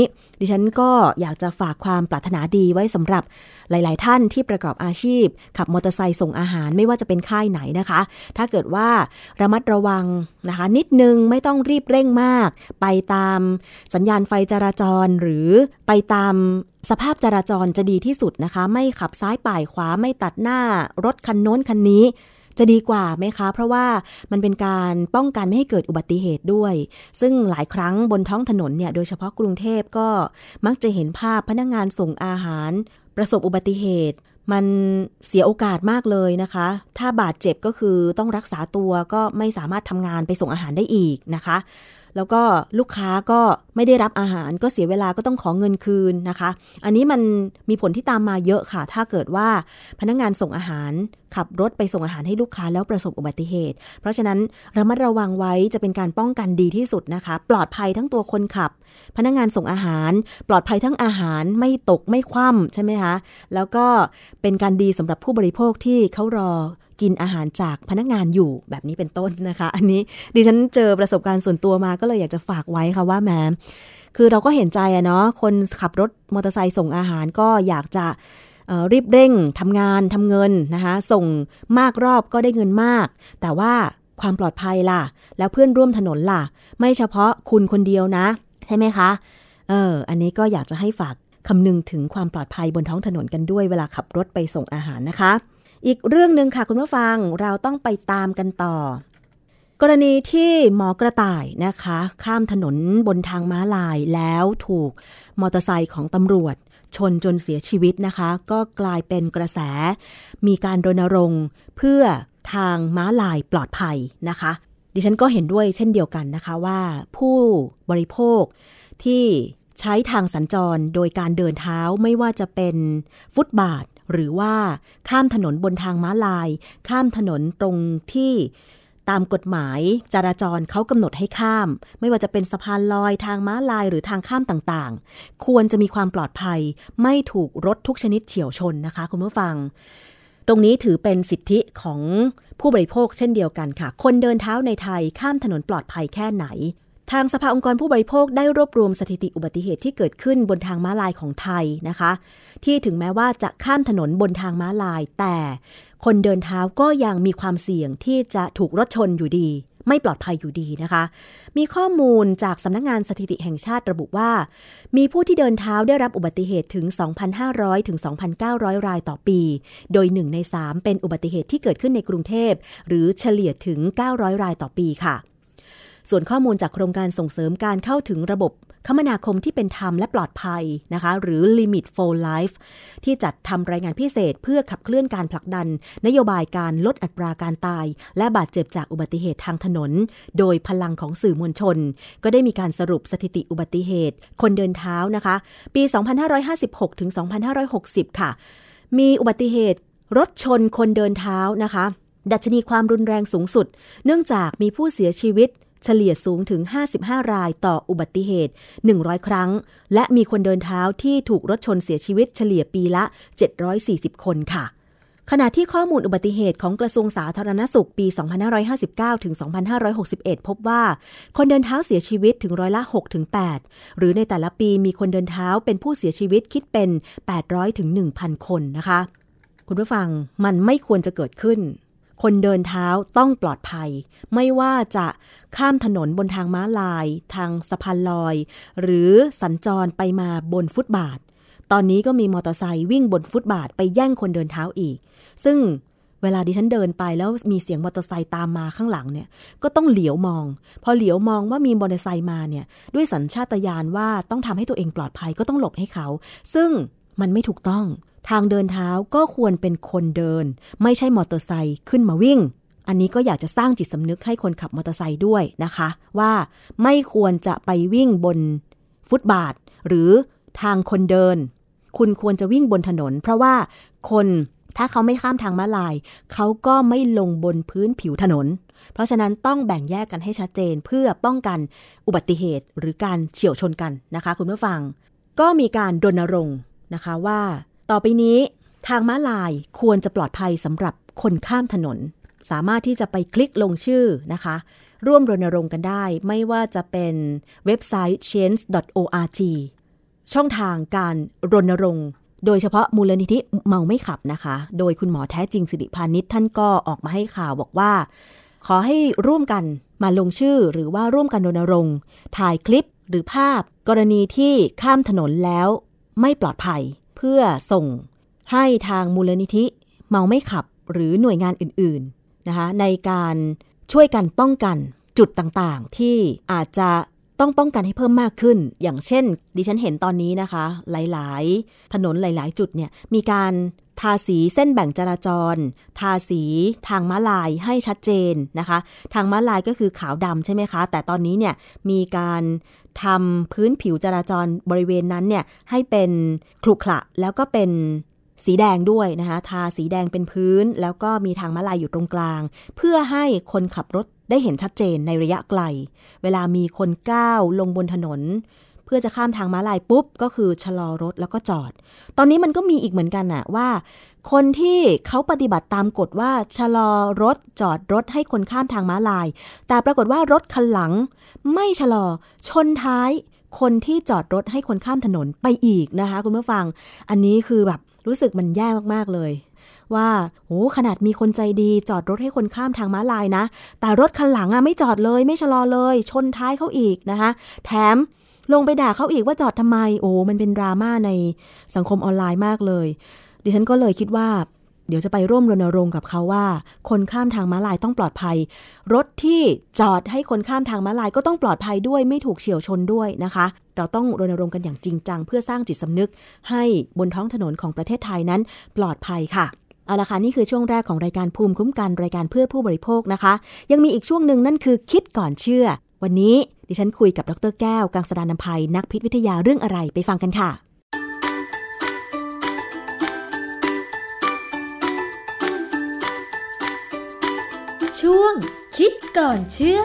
ดิฉันก็อยากจะฝากความปรารถนาดีไว้สำหรับหลายๆท่านที่ประกอบอาชีพขับมอเตอร์ไซค์ส่งอาหารไม่ว่าจะเป็นค่ายไหนนะคะถ้าเกิดว่าระมัดระวังนะคะนิดนึงไม่ต้องรีบเร่งมากไปตามสัญญาณไฟจราจรหรือไปตามสภาพจราจรจะดีที่สุดนะคะไม่ขับซ้ายป่ายขวาไม่ตัดหน้ารถคันโน้นคันนี้จะดีกว่าไหมคะเพราะว่ามันเป็นการป้องกันไม่ให้เกิดอุบัติเหตุด้วยซึ่งหลายครั้งบนท้องถนนเนี่ยโดยเฉพาะกรุงเทพก็มักจะเห็นภาพพนักงานส่งอาหารประสบอุบัติเหตุมันเสียโอกาสมากเลยนะคะถ้าบาดเจ็บก็คือต้องรักษาตัวก็ไม่สามารถทำงานไปส่งอาหารได้อีกนะคะแล้วก็ลูกค้าก็ไม่ได้รับอาหารก็เสียเวลาก็ต้องขอเงินคืนนะคะอันนี้มันมีผลที่ตามมาเยอะค่ะถ้าเกิดว่าพนักงานส่งอาหารขับรถไปส่งอาหารให้ลูกค้าแล้วประสบอุบัติเหตุเพราะฉะนั้นระมัดระวังไว้จะเป็นการป้องกันดีที่สุดนะคะปลอดภัยทั้งตัวคนขับพนักงานส่งอาหารปลอดภัยทั้งอาหารไม่ตกไม่คว่ำใช่ไหมคะแล้วก็เป็นการดีสำหรับผู้บริโภคที่เขารอกินอาหารจากพนักงานอยู่แบบนี้เป็นต้นนะคะอันนี้ดิฉันเจอประสบการณ์ส่วนตัวมาก็เลยอยากจะฝากไว้ค่ะว่าแหมคือเราก็เห็นใจอะเนาะคนขับรถมอเตอร์ไซค์ส่งอาหารก็อยากจะรีบเร่งทำงานทำเงินนะคะส่งมากรอบก็ได้เงินมากแต่ว่าความปลอดภัยล่ะแล้วเพื่อนร่วมถนนล่ะไม่เฉพาะคุณคนเดียวนะใช่ไหมคะเอออันนี้ก็อยากจะให้ฝากคำนึงถึงความปลอดภัยบนท้องถนนกันด้วยเวลาขับรถไปส่งอาหารนะคะอีกเรื่องนึงค่ะคุณผู้ฟังเราต้องไปตามกันต่อกรณีที่หมอกระต่ายนะคะข้ามถนนบนทางม้าลายแล้วถูกมอเตอร์ไซค์ของตำรวจชนจนเสียชีวิตนะคะก็กลายเป็นกระแสมีการรณรงค์เพื่อทางม้าลายปลอดภัยนะคะดิฉันก็เห็นด้วยเช่นเดียวกันนะคะว่าผู้บริโภคที่ใช้ทางสัญจรโดยการเดินเท้าไม่ว่าจะเป็นฟุตบาทหรือว่าข้ามถนนบนทางม้าลายข้ามถนนตรงที่ตามกฎหมายจราจรเขากำหนดให้ข้ามไม่ว่าจะเป็นสะพานลอยทางม้าลายหรือทางข้ามต่างๆควรจะมีความปลอดภัยไม่ถูกรถทุกชนิดเฉี่ยวชนนะคะคุณผู้ฟังตรงนี้ถือเป็นสิทธิของผู้บริโภคเช่นเดียวกันค่ะคนเดินเท้าในไทยข้ามถนนปลอดภัยแค่ไหนทางสภาองค์กรผู้บริโภคได้รวบรวมสถิติอุบัติเหตุที่เกิดขึ้นบนทางม้าลายของไทยนะคะที่ถึงแม้ว่าจะข้ามถนนบนทางม้าลายแต่คนเดินเท้าก็ยังมีความเสี่ยงที่จะถูกรถชนอยู่ดีไม่ปลอดภัยอยู่ดีนะคะมีข้อมูลจากสำนักงานสถิติแห่งชาติระบุว่ามีผู้ที่เดินเท้าได้รับอุบัติเหตุถึง สองพันห้าร้อย ถึง สองพันเก้าร้อย รายต่อปีโดยหนึ่งในสามเป็นอุบัติเหตุที่เกิดขึ้นในกรุงเทพหรือเฉลี่ยถึงเก้าร้อยรายต่อปีค่ะส่วนข้อมูลจากโครงการส่งเสริมการเข้าถึงระบบคมนาคมที่เป็นธรรมและปลอดภัยนะคะหรือ Limit for Life ที่จัดทำรายงานพิเศษเพื่อขับเคลื่อนการผลักดันนโยบายการลดอัตราการตายและบาดเจ็บจากอุบัติเหตุทางถนนโดยพลังของสื่อมวลชนก็ได้มีการสรุปสถิติอุบัติเหตุคนเดินเท้านะคะปี สองพันห้าร้อยห้าสิบหก ถึง สองพันห้าร้อยหกสิบ ค่ะมีอุบัติเหตุรถชนคนเดินเท้านะคะดัชนีความรุนแรงสูงสุดเนื่องจากมีผู้เสียชีวิตเฉลี่ยสูงถึงห้าสิบห้ารายต่ออุบัติเหตุหนึ่งร้อยครั้งและมีคนเดินเท้าที่ถูกรถชนเสียชีวิตเฉลี่ยปีละเจ็ดร้อยสี่สิบคนค่ะขณะที่ข้อมูลอุบัติเหตุของกระทรวงสาธารณสุขปี สองพันห้าร้อยห้าสิบเก้า ถึง สองพันห้าร้อยหกสิบเอ็ด พบว่าคนเดินเท้าเสียชีวิตถึงร้อยละ หกถึงแปด หรือในแต่ละปีมีคนเดินเท้าเป็นผู้เสียชีวิตคิดเป็น แปดร้อยถึงหนึ่งพัน คนนะคะคุณผู้ฟังมันไม่ควรจะเกิดขึ้นคนเดินเท้าต้องปลอดภัยไม่ว่าจะข้ามถนนบนทางม้าลายทางสะพานลอยหรือสัญจรไปมาบนฟุตบาทตอนนี้ก็มีมอเตอร์ไซค์วิ่งบนฟุตบาทไปแย่งคนเดินเท้าอีกซึ่งเวลาดิฉันเดินไปแล้วมีเสียงมอเตอร์ไซค์ตามมาข้างหลังเนี่ยก็ต้องเหลียวมองพอเหลียวมองว่ามีมอเตอร์ไซค์มาเนี่ยด้วยสัญชาตญาณว่าต้องทำให้ตัวเองปลอดภัยก็ต้องหลบให้เขาซึ่งมันไม่ถูกต้องทางเดินเท้าก็ควรเป็นคนเดินไม่ใช่มอเตอร์ไซค์ขึ้นมาวิ่งอันนี้ก็อยากจะสร้างจิตสำนึกให้คนขับมอเตอร์ไซค์ด้วยนะคะว่าไม่ควรจะไปวิ่งบนฟุตบาทหรือทางคนเดินคุณควรจะวิ่งบนถนนเพราะว่าคนถ้าเขาไม่ข้ามทางม้าลายเขาก็ไม่ลงบนพื้นผิวถนนเพราะฉะนั้นต้องแบ่งแยกกันให้ชัดเจนเพื่อป้องกันอุบัติเหตุหรือการเฉี่ยวชนกันนะคะคุณผู้ฟังก็มีการรณรงค์นะคะว่าต่อไปนี้ทางม้าลายควรจะปลอดภัยสำหรับคนข้ามถนนสามารถที่จะไปคลิกลงชื่อนะคะร่วมรณรงค์กันได้ไม่ว่าจะเป็นเว็บไซต์ change ดอท โอ อาร์ จีช่องทางการรณรงค์โดยเฉพาะมูลนิธิเมาไม่ขับนะคะโดยคุณหมอแท้จริงสิริพานิชท่านก็ออกมาให้ข่าวบอกว่าขอให้ร่วมกันมาลงชื่อหรือว่าร่วมกันรณรงค์ถ่ายคลิปหรือภาพกรณีที่ข้ามถนนแล้วไม่ปลอดภัยเพื่อส่งให้ทางมูลนิธิเมาไม่ขับหรือหน่วยงานอื่นๆนะคะในการช่วยกันป้องกันจุดต่างๆที่อาจจะต้องป้องกันให้เพิ่มมากขึ้นอย่างเช่นดิฉันเห็นตอนนี้นะคะหลายๆถนนหลายๆจุดเนี่ยมีการทาสีเส้นแบ่งจราจรทาสีทางม้าลายให้ชัดเจนนะคะทางม้าลายก็คือขาวดำใช่ไหมคะแต่ตอนนี้เนี่ยมีการทำพื้นผิวจราจรบริเวณนั้นเนี่ยให้เป็นขรุขระแล้วก็เป็นสีแดงด้วยนะคะทาสีแดงเป็นพื้นแล้วก็มีทางม้าลายอยู่ตรงกลางเพื่อให้คนขับรถได้เห็นชัดเจนในระยะไกลเวลามีคนก้าวลงบนถนนเพื่อจะข้ามทางม้าลายปุ๊บก็คือชะลอรถแล้วก็จอดตอนนี้มันก็มีอีกเหมือนกันน่ะว่าคนที่เขาปฏิบัติตามกฎว่าชะลอรถจอดรถให้คนข้ามทางม้าลายแต่ปรากฏว่ารถคันหลังไม่ชะลอชนท้ายคนที่จอดรถให้คนข้ามถนนไปอีกนะคะคุณผู้ฟังอันนี้คือแบบรู้สึกมันแย่มากๆเลยว่าโหขนาดมีคนใจดีจอดรถให้คนข้ามทางม้าลายนะแต่รถคันหลังอ่ะไม่จอดเลยไม่ชะลอเลยชนท้ายเขาอีกนะคะแถมลงไปด่าเขาอีกว่าจอดทำไมโอ้มันเป็นดราม่าในสังคมออนไลน์มากเลยดิฉันก็เลยคิดว่าเดี๋ยวจะไปร่วมรณรงค์กับเขาว่าคนข้ามทางม้าลายต้องปลอดภัยรถที่จอดให้คนข้ามทางม้าลายก็ต้องปลอดภัยด้วยไม่ถูกเฉี่ยวชนด้วยนะคะเราต้องรณรงค์กันอย่างจริงจังเพื่อสร้างจิตสำนึกให้บนท้องถนนของประเทศไทยนั้นปลอดภัยค่ะเอาละค่ะนี่คือช่วงแรกของรายการภูมิคุ้มกันรายการเพื่อผู้บริโภคนะคะยังมีอีกช่วงหนึ่งนั่นคือคิดก่อนเชื่อวันนี้ดิฉันคุยกับดร.แก้วกังสดาลอำไพนักพิษวิทยาเรื่องอะไรไปฟังกันค่ะช่วงคิดก่อนเชื่อ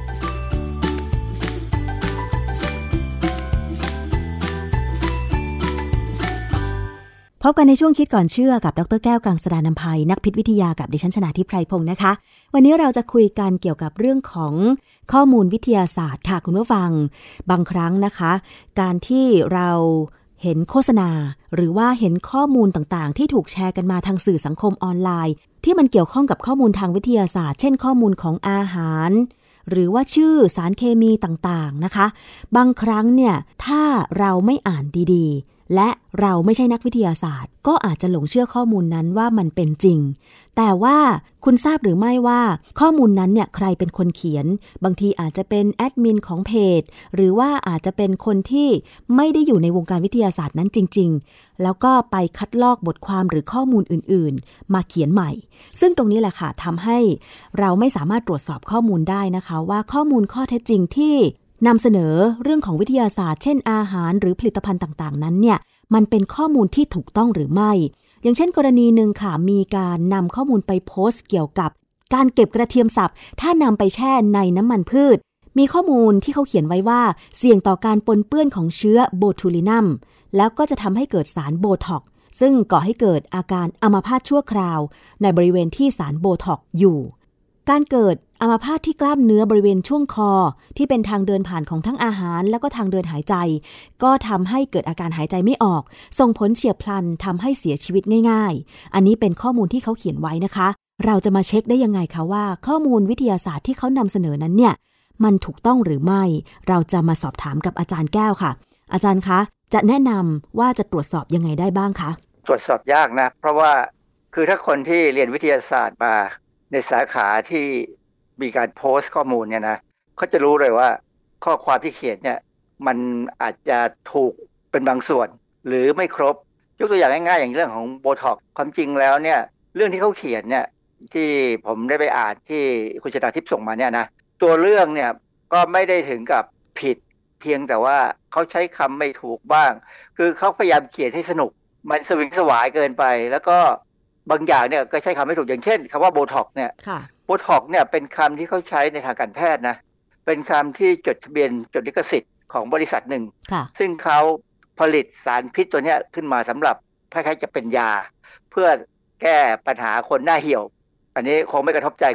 พบกันในช่วงคิดก่อนเชื่อกับดร.แก้วกังสดาลอำไพนักพิษวิทยากับดิฉันชนาธิปไพพงศ์นะคะวันนี้เราจะคุยกันเกี่ยวกับเรื่องของข้อมูลวิทยาศาสตร์ค่ะคุณผู้ฟังบางครั้งนะคะการที่เราเห็นโฆษณาหรือว่าเห็นข้อมูลต่างๆที่ถูกแชร์กันมาทางสื่อสังคมออนไลน์ที่มันเกี่ยวข้องกับข้อมูลทางวิทยาศาสตร์เช่นข้อมูลของอาหารหรือว่าชื่อสารเคมีต่างๆนะคะบางครั้งเนี่ยถ้าเราไม่อ่านดีๆและเราไม่ใช่นักวิทยาศาสตร์ก็อาจจะหลงเชื่อข้อมูลนั้นว่ามันเป็นจริงแต่ว่าคุณทราบหรือไม่ว่าข้อมูลนั้นเนี่ยใครเป็นคนเขียนบางทีอาจจะเป็นแอดมินของเพจหรือว่าอาจจะเป็นคนที่ไม่ได้อยู่ในวงการวิทยาศาสตร์นั้นจริงๆแล้วก็ไปคัดลอกบทความหรือข้อมูลอื่นๆมาเขียนใหม่ซึ่งตรงนี้แหละค่ะทำให้เราไม่สามารถตรวจสอบข้อมูลได้นะคะว่าข้อมูลข้อเท็จจริงที่นำเสนอเรื่องของวิทยาศาสตร์เช่นอาหารหรือผลิตภัณฑ์ต่างๆนั้นเนี่ยมันเป็นข้อมูลที่ถูกต้องหรือไม่อย่างเช่นกรณีหนึ่งค่ะมีการนำข้อมูลไปโพสต์เกี่ยวกับการเก็บกระเทียมสับถ้านำไปแช่ในน้ำมันพืชมีข้อมูลที่เขาเขียนไว้ว่าเสี่ยงต่อการปนเปื้อนของเชื้อโบทูลินัมแล้วก็จะทำให้เกิดสารโบท็อกซ์ซึ่งก่อให้เกิดอาการอัมพาตชั่วคราวในบริเวณที่สารโบท็อกซ์อยู่การเกิดอัมพาตที่กล้ามเนื้อบริเวณช่วงคอที่เป็นทางเดินผ่านของทั้งอาหารแล้วก็ทางเดินหายใจก็ทำให้เกิดอาการหายใจไม่ออกส่งผลเฉียบพลันทำให้เสียชีวิตง่ายๆอันนี้เป็นข้อมูลที่เขาเขียนไว้นะคะเราจะมาเช็คได้ยังไงคะว่าข้อมูลวิทยาศาสตร์ที่เขานำเสนอนั้นเนี่ยมันถูกต้องหรือไม่เราจะมาสอบถามกับอาจารย์แก้วค่ะอาจารย์คะจะแนะนำว่าจะตรวจสอบยังไงได้บ้างคะตรวจสอบยากนะเพราะว่าคือถ้าคนที่เรียนวิทยาศาสตร์มาในสาขาที่มีการโพสต์ข้อมูลเนี่ยนะเขาจะรู้เลยว่าข้อความที่เขียนเนี่ยมันอาจจะถูกเป็นบางส่วนหรือไม่ครบยกตัวอย่างง่ายๆอย่างเรื่องของโบท็อกซ์ความจริงแล้วเนี่ยเรื่องที่เขาเขียนเนี่ยที่ผมได้ไปอ่านที่คุณชนาทิพย์ส่งมาเนี่ยนะตัวเรื่องเนี่ยก็ไม่ได้ถึงกับผิดเพียงแต่ว่าเขาใช้คำไม่ถูกบ้างคือเขาพยายามเขียนให้สนุกมันสวิงสวายเกินไปแล้วก็บางอย่างเนี่ยก็ใช้คำไม่ถูกอย่างเช่นคำว่าโบท็อกซ์เนี่ยโบท็อกซ์เนี่ยเป็นคำที่เขาใช้ในทางการแพทย์นะเป็นคำที่จดทะเบียนจดลิขสิทธิ์ของบริษัทหนึ่งซึ่งเขาผลิตสารพิษตัวนี้ขึ้นมาสำหรับคล้ายๆจะเป็นยาเพื่อแก้ปัญหาคนหน้าเหี่ยวอันนี้คงไม่กระทบใจคุณนะ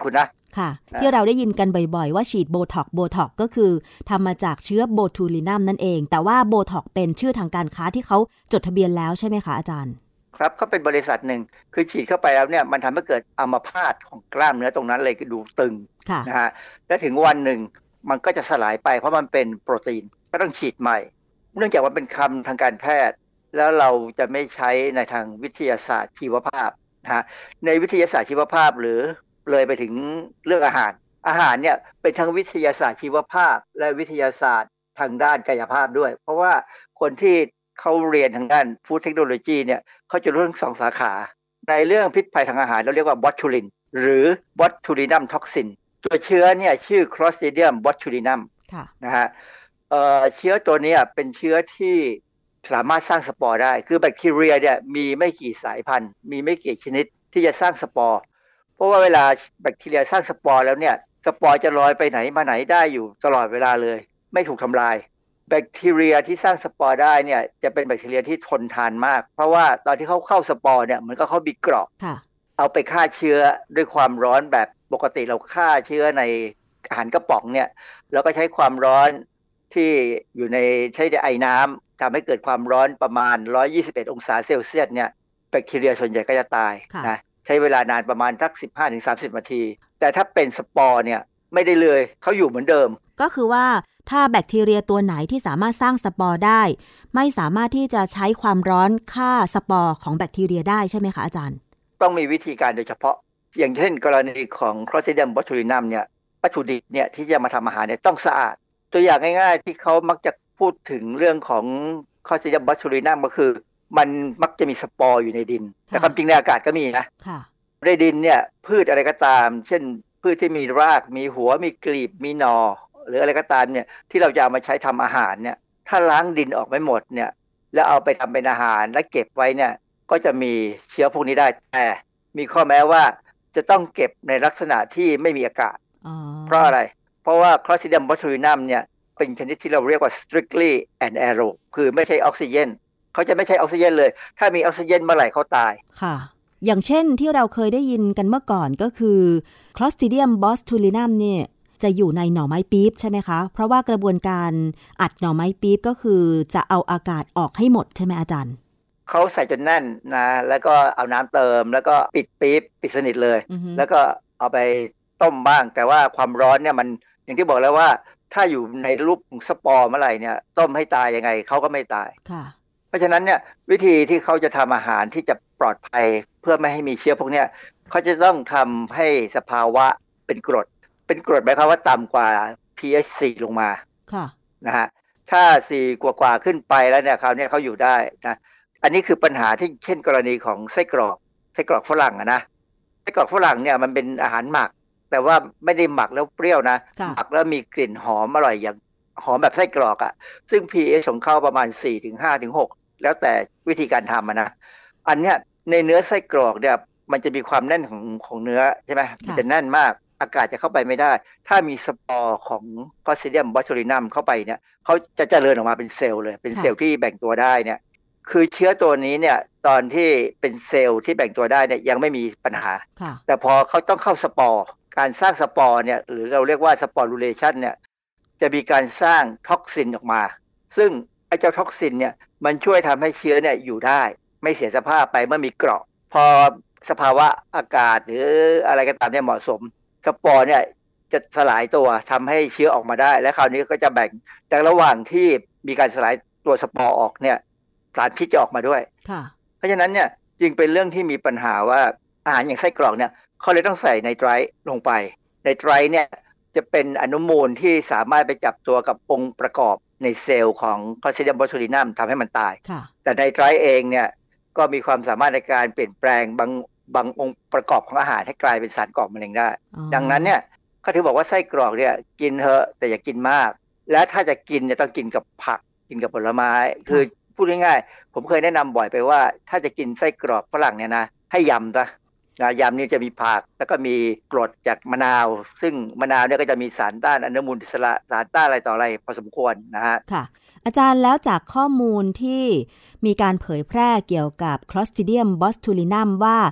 ค่ะที่เราได้ยินกันบ่อยๆว่าฉีดโบท็อกโบท็อกก็คือทำมาจากเชื้อโบทูลินัมนั่นเองแต่ว่าโบท็อกเป็นชื่อทางการค้าที่เขาจดทะเบียนแล้วใช่ไหมคะอาจารย์ครับเขาเป็นบริษัทหนึ่งคือฉีดเข้าไปแล้วเนี่ยมันทำให้เกิดอัมพาตของกล้ามเนื้อตรงนั้นเลยคือดูตึงนะฮะและถึงวันหนึ่งมันก็จะสลายไปเพราะมันเป็นโปรตีนก็ต้องฉีดใหม่เนื่องจากว่าเป็นคำทางการแพทย์แล้วเราจะไม่ใช้ในทางวิทยาศาสตร์ชีวภาพนะฮะในวิทยาศาสตร์ชีวภาพหรือเลยไปถึงเรื่องอาหารอาหารเนี่ยเป็นทั้งวิทยาศาสตร์ชีวภาพและวิทยาศาสตร์ทางด้านกายภาพด้วยเพราะว่าคนที่เขาเรียนทางด้านฟู้ดเทคโนโลยีเนี่ยเขาจะรู้ทั้งสองสาขาในเรื่องพิษภัยทางอาหารเราเรียกว่าบอทูลินหรือบอทูลินัมท็อกซินตัวเชื้อเนี่ยชื่อ Clostridium botulinum นะฮะ เอ่อเชื้อตัวนี้เป็นเชื้อที่สามารถสร้างสปอร์ได้คือแบคทีเรียเนี่ยมีไม่กี่สายพันธุ์มีไม่กี่ชนิดที่จะสร้างสปอร์เพราะว่าเวลาแบคทีเรียสร้างสปอร์แล้วเนี่ยสปอร์จะลอยไปไหนมาไหนได้อยู่ตลอดเวลาเลยไม่ถูกทำลายแบคทีเรียที่สร้างสปอร์ได้เนี่ยจะเป็นแบคทีเรียที่ทนทานมากเพราะว่าตอนที่เขาเข้าสปอร์เนี่ยมันก็เขามีเกราะเอาไปฆ่าเชื้อด้วยความร้อนแบบปกติเราฆ่าเชื้อในอาหารกระป๋องเนี่ยเราก็ใช้ความร้อนที่อยู่ในใช้ในไอ้น้ำทำให้เกิดความร้อนประมาณหนึ่งร้อยยี่สิบเอ็ดองศาเซลเซียสเนี่ยแบคทีเรียส่วนใหญ่ก็จะตายนะใช้เวลานานประมาณสัก สิบห้าถึงสามสิบ นาทีแต่ถ้าเป็นสปอร์เนี่ยไม่ได้เลยเขาอยู่เหมือนเดิมก็คือว่าถ้าแบคทีเรียตัวไหนที่สามารถสร้างสปอร์ได้ไม่สามารถที่จะใช้ความร้อนฆ่าสปอร์ของแบคทีเรียได้ใช่ไหมคะอาจารย์ต้องมีวิธีการโดยเฉพาะอย่างเช่นกรณีของ Clostridium botulinum เนี่ยวัตถุดิบเนี่ยที่จะมาทำอาหารเนี่ยต้องสะอาดตัวอย่างง่ายๆที่เขามักจะพูดถึงเรื่องของ Clostridium botulinum ก็คือมันมักจะมีสปอร์อยู่ในดินแต่ความจริงในอากาศก็มีนะในดินเนี่ยพืชอะไรก็ตามเช่นพืชที่มีรากมีหัวมีกลีบมีหน่อหรืออะไรก็ตามเนี่ยที่เราจะเอามาใช้ทำอาหารเนี่ยถ้าล้างดินออกไม่หมดเนี่ยแล้วเอาไปทำเป็นอาหารและเก็บไว้เนี่ยก็จะมีเชื้อพวกนี้ได้แต่มีข้อแม้ว่าจะต้องเก็บในลักษณะที่ไม่มีอากาศเพราะอะไรเพราะว่า Clostridium botulinum เนี่ยเป็นชนิดที่เราเรียกว่า strictly anaerob คือไม่ใช่ออกซิเจนเขาจะไม่ใช่ออกซิเจนเลยถ้ามีออกซิเจนเมื่อไหร่เขาตายค่ะอย่างเช่นที่เราเคยได้ยินกันเมื่อก่อนก็คือ Clostridium botulinum เนี่ยจะอยู่ในหน่อไม้ปี๊บใช่ไหมคะเพราะว่ากระบวนการอัดหน่อไม้ปี๊บก็คือจะเอาอากาศออกให้หมดใช่ไหมอาจารย์เขาใส่จนแน่นนะแล้วก็เอาน้ำเติมแล้วก็ปิดปี๊บปิดสนิทเลย uh-huh. แล้วก็เอาไปต้มบ้างแต่ว่าความร้อนเนี่ยมันอย่างที่บอกแล้วว่าถ้าอยู่ในรูปของสปอร์เมื่อไหร่เนี่ยต้มให้ตายยังไงเขาก็ไม่ตายเพราะฉะนั้นเนี่ยวิธีที่เขาจะทำอาหารที่จะปลอดภัยเพื่อไม่ให้มีเชื้อพวกนี้เขาจะต้องทำให้สภาวะเป็นกรดเป็นกรดหมายความว่าต่ำกว่า พี เอช สี่ ลงมาค่ะนะฮะถ้าสี่กว่าๆขึ้นไปแล้วเนี่ยคราวนี้เขาอยู่ได้นะอันนี้คือปัญหาที่เช่นกรณีของไส้กรอกไส้กรอกฝรั่งอะนะไส้กรอกฝรั่งเนี่ยมันเป็นอาหารหมักแต่ว่าไม่ได้หมักแล้วเปรี้ยวนะหมักแล้วมีกลิ่นหอมอร่อยอย่างหอมแบบไส้กรอกอะซึ่ง พี เอช ของเขาประมาณ สี่ถึงห้าถึงหก แล้วแต่วิธีการทำนะอันเนี้ยในเนื้อไส้กรอกเนี่ยมันจะมีความแน่นของของเนื้อใช่ไหมมันจะแน่นมากอากาศจะเข้าไปไม่ได้ถ้ามีสปอร์ของ Clostridium botulinum เข้าไปเนี่ยเขาจะเจริญออกมาเป็นเซลล์เลยเป็นเซลล์ที่แบ่งตัวได้เนี่ยคือเชื้อตัวนี้เนี่ยตอนที่เป็นเซลล์ที่แบ่งตัวได้เนี่ยยังไม่มีปัญหาแต่พอเขาต้องเข้าสปอร์การสร้างสปอร์เนี่ยหรือเราเรียกว่าสปอรูเลชันเนี่ยจะมีการสร้างท็อกซินออกมาซึ่งไอ้เจ้าท็อกซินเนี่ยมันช่วยทำให้เชื้อเนี่ยอยู่ได้ไม่เสียสภาพไปเมื่อมีเกราะพอสภาวะอากาศหรืออะไรก็ตามเนี่ยเหมาะสมสปอร์เนี่ยจะสลายตัวทำให้เชื้อออกมาได้และคราวนี้ก็จะแบ่งแต่ระหว่างที่มีการสลายตัวสปอร์ออกเนี่ยสารพิษจะออกมาด้วยเพราะฉะนั้นเนี่ยจึงเป็นเรื่องที่มีปัญหาว่าอาหารอย่างไส้กรอกเนี่ยเขาเลยต้องใส่ไนไตรท์ลงไปไนไตรท์เนี่ยจะเป็นอนุมูลที่สามารถไปจับตัวกับองค์ประกอบในเซลล์ของ Clostridium botulinum ทำให้มันตายแต่ไนไตรท์เองเนี่ยก็มีความสามารถในการเปลี่ยนแปลงบางบางองค์ประกอบของอาหารให้กลายเป็นสารก่อมะเร็งได้ดังนั้นเนี่ยเขาถือบอกว่าไส้กรอกเนี่ยกินเถอะแต่อย่ากินมากและถ้าจะกินเนี่ยต้องกินกับผักกินกับผลไม้คือพูดง่ายๆผมเคยแนะนำบ่อยไปว่าถ้าจะกินไส้กรอกฝรั่งเนี่ยนะให้ยำซะนะยำนี่จะมีผักแล้วก็มีกรดจากมะนาวซึ่งมะนาวเนี่ยก็จะมีสารต้านอนุมูลอิสระสารต้านอะไรต่ออะไรพอสมควรนะฮะค่ะอาจารย์แล้วจากข้อมูลที่มีการเผยแพร่เกี่ยวกับ Clostridium botulinum ว่า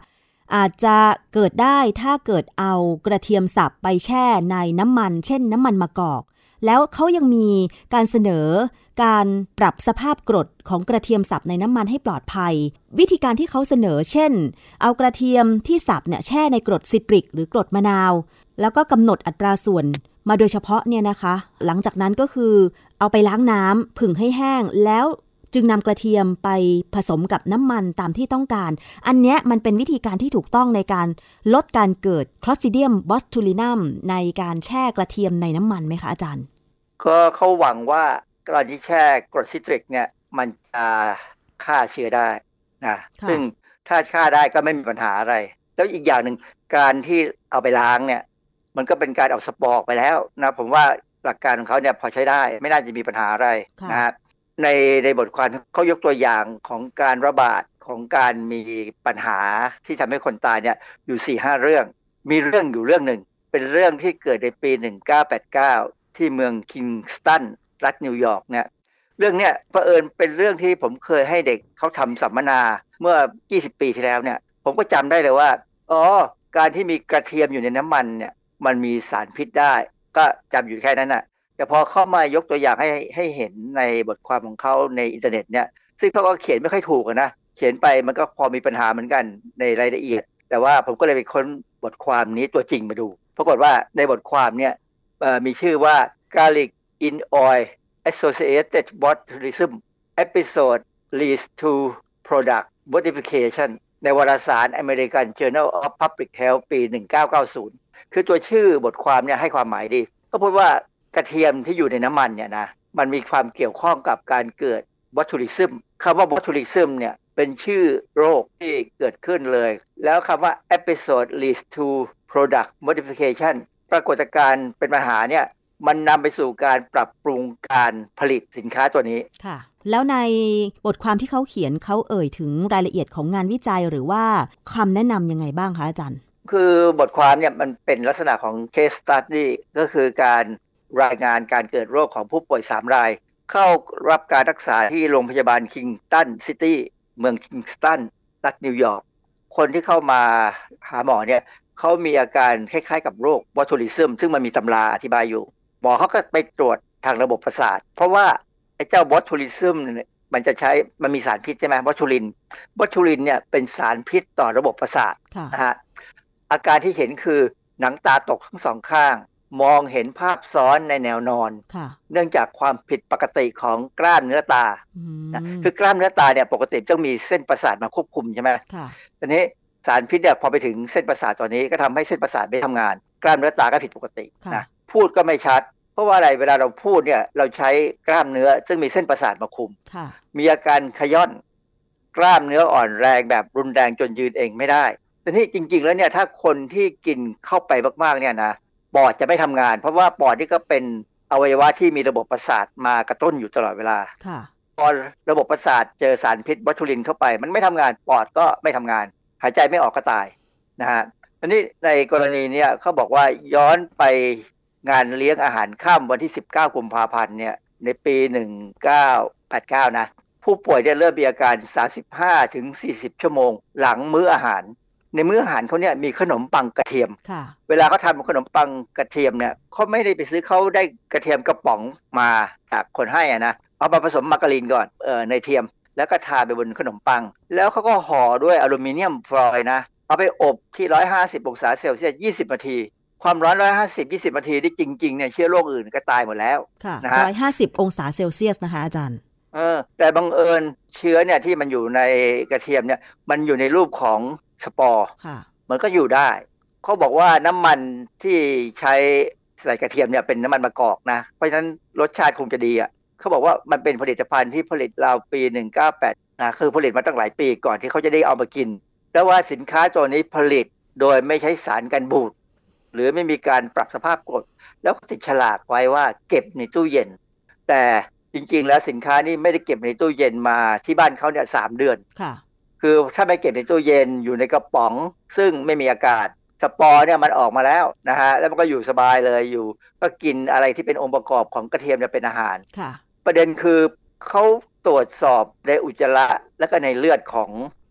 อาจจะเกิดได้ถ้าเกิดเอากระเทียมสับไปแช่ในน้ำมันเช่นน้ำมันมะกอกแล้วเขายังมีการเสนอการปรับสภาพกรดของกระเทียมสับในน้ำมันให้ปลอดภัยวิธีการที่เขาเสนอเช่นเอากระเทียมที่สับเนี่ยแช่ในกรดซิตริกหรือกรดมะนาวแล้วก็กำหนดอัตราส่วนมาโดยเฉพาะเนี่ยนะคะหลังจากนั้นก็คือเอาไปล้างน้ำผึ่งให้แห้งแล้วจึงนำกระเทียมไปผสมกับน้ำมันตามที่ต้องการอันเนี้ยมันเป็นวิธีการที่ถูกต้องในการลดการเกิด Clostridium botulinum ในการแช่กระเทียมในน้ำมันไหมคะอาจารย์ก็เขาหวังว่าการที่แช่กรดซิตริกเนี่ยมันจะฆ่าเชื้อได้นะซึ่งถ้าฆ่าได้ก็ไม่มีปัญหาอะไรแล้วอีกอย่างหนึ่งการที่เอาไปล้างเนี่ยมันก็เป็นการเอาสปอร์ไปแล้วนะผมว่าหลักการของเขาเนี่ยพอใช้ได้ไม่น่าจะมีปัญหาอะไรนะในในบทความเขายกตัวอย่างของการระบาดของการมีปัญหาที่ทำให้คนตายเนี่ยอยู่ สี่ห้า เรื่องมีเรื่องอยู่เรื่องหนึ่งเป็นเรื่องที่เกิดในปีหนึ่งเก้าแปดเก้าที่เมืองคิงสตันรัฐนิวยอร์กเนี่ยเรื่องเนี้ยเผอิญเป็นเรื่องที่ผมเคยให้เด็กเขาทำสัมมนาเมื่อยี่สิบปีที่แล้วเนี่ยผมก็จำได้เลยว่าอ๋อการที่มีกระเทียมอยู่ในน้ำมันเนี่ยมันมีสารพิษได้ก็จำอยู่แค่นั้นน่ะแต่พอเข้ามายกตัวอย่างให้ให้เห็นในบทความของเขาในอินเทอร์เน็ตเนี่ยซึ่งเขาก็เขียนไม่ค่อยถูกนะเขียนไปมันก็พอมีปัญหาเหมือนกันในรายละเอียดแต่ว่าผมก็เลยไปค้นบทความนี้ตัวจริงมาดูปรากฏว่าในบทความเนี่ยมีชื่อว่า Garlic in Oil Associated Botulism Episode Leads to Product Modification ในวารสาร American Journal of Public Health ปีหนึ่งเก้าเก้าศูนย์คือตัวชื่อบทความเนี่ยให้ความหมายดีก็พูดว่ากระเทียมที่อยู่ในน้ำมันเนี่ยนะมันมีความเกี่ยวข้องกับการเกิด botulism คำว่า botulism เนี่ยเป็นชื่อโรคที่เกิดขึ้นเลยแล้วคำว่า episode leads to product modification ปรากฏการณ์เป็นปัญหาเนี่ยมันนำไปสู่การปรับปรุงการผลิตสินค้าตัวนี้ค่ะแล้วในบทความที่เขาเขียนเขาเอ่ยถึงรายละเอียดของงานวิจัยหรือว่าคำแนะนำยังไงบ้างคะอาจารย์คือบทความเนี่ยมันเป็นลักษณะของ case study ก็คือการรายงานการเกิดโรคของผู้ป่วยสามรายเข้ารับการรักษาที่โรงพยาบาลคิงตันซิตี้เมืองคิงสตันรัฐนิวยอร์กคนที่เข้ามาหาหมอเนี่ยเขามีอาการคล้ายๆกับโรค botulism ซึ่งมันมีตำราอธิบายอยู่หมอเขาก็ไปตรวจทางระบบประสาทเพราะว่าไอ้เจ้า botulism เนี่ยมันจะใช้มันมีสารพิษใช่ไหม botulinum botulinum เนี่ยเป็นสารพิษต่อระบบประสาทนะฮะอาการที่เห็นคือหนังตาตกทั้งสองข้างมองเห็นภาพซ้อนในแนวนอนเนื่องจากความผิดปกติของกล้ามเนื้อตานะคือกล้ามเนื้อตาเนี่ยปกติต้องมีเส้นประสาทมาควบคุมใช่ไหมตอนนี้สารพิษเนี่ยพอไปถึงเส้นประสาทตัวนี้ก็ทำให้เส้นประสาทไม่ทำงานกล้ามเนื้อตาก็ผิดปกตินะพูดก็ไม่ชัดเพราะว่าอะไรเวลาเราพูดเนี่ยเราใช้กล้ามเนื้อซึ่งมีเส้นประสาทมาคุมมีอาการขย้อนกล้ามเนื้ออ่อนแรงแบบรุนแรงจนยืนเองไม่ได้แต่นี่จริงๆแล้วเนี่ยถ้าคนที่กินเข้าไปมากๆเนี่ยนะปอดจะไม่ทำงานเพราะว่าปอดนี่ก็เป็นอวัยวะที่มีระบบประสาทมากระตุ้นอยู่ตลอดเวลาพอระบบประสาทเจอสารพิษบอทูลินเข้าไปมันไม่ทำงานปอดก็ไม่ทำงานหายใจไม่ออกก็ตายนะฮะอันนี้ในกรณีนี้เขาบอกว่าย้อนไปงานเลี้ยงอาหารค่ำวันที่สิบเก้ากุมภาพันธ์เนี่ยในปีหนึ่งเก้าแปดเก้านะผู้ป่วยได้เริ่มมีอาการ สามสิบห้าถึงสี่สิบ ชั่วโมงหลังมื้ออาหารในมื้ออาหารเขาเนี่ยมีขนมปังกระเทียมเวลาเขาทำขนมปังกระเทียมเนี่ยเขาไม่ได้ไปซื้อเขาได้กระเทียมกระป๋องมาจากคนให้อ่ะนะเอามาผสมมาการีนก่อนเออในเทียมแล้วก็ทาไปบนขนมปังแล้วเขาก็ห่อด้วยอลูมิเนียมฟอยล์นะเอาไปอบที่หนึ่งร้อยห้าสิบองศาเซลเซียสยี่สิบนาทีความร้อนหนึ่งร้อยห้าสิบ ยี่สิบนาทีที่จริงๆเนี่ยเชื้อโรคอื่นก็ตายหมดแล้วนะฮะหนึ่งร้อยห้าสิบองศาเซลเซียสนะคะอาจารย์เออแต่บังเอิญเชื้อเนี่ยที่มันอยู่ในกระเทียมเนี่ยมันอยู่ในรูปของสปอร์มันก็อยู่ได้เขาบอกว่าน้ำมันที่ใช้ใส่กระเทียมเนี่ยเป็นน้ำมันมะกอกนะเพราะฉะนั้นรสชาติคงจะดีอ่ะเขาบอกว่ามันเป็นผลิตภัณฑ์ที่ผลิตราวปีหนึ่งเก้าแปดนะคือผลิตมาตั้งหลายปีก่อนที่เขาจะได้เอามากินแล้วว่าสินค้าตัวนี้ผลิตโดยไม่ใช้สารกันบูดหรือไม่มีการปรับสภาพกรดแล้วก็ติดฉลากไว้ว่าเก็บในตู้เย็นแต่จริงๆแล้วสินค้านี้ไม่ได้เก็บในตู้เย็นมาที่บ้านเขาเนี่ยสามเดือนค่ะคือถ้าไม่เก็บในตู้เย็นอยู่ในกระป๋องซึ่งไม่มีอากาศสปอร์เนี่ยมันออกมาแล้วนะฮะแล้วมันก็อยู่สบายเลยอยู่ก็กินอะไรที่เป็นองค์ประกอบของกระเทียมเนี่ยเป็นอาหารประเด็นคือเขาตรวจสอบในอุจจาระและก็ในเลือดของ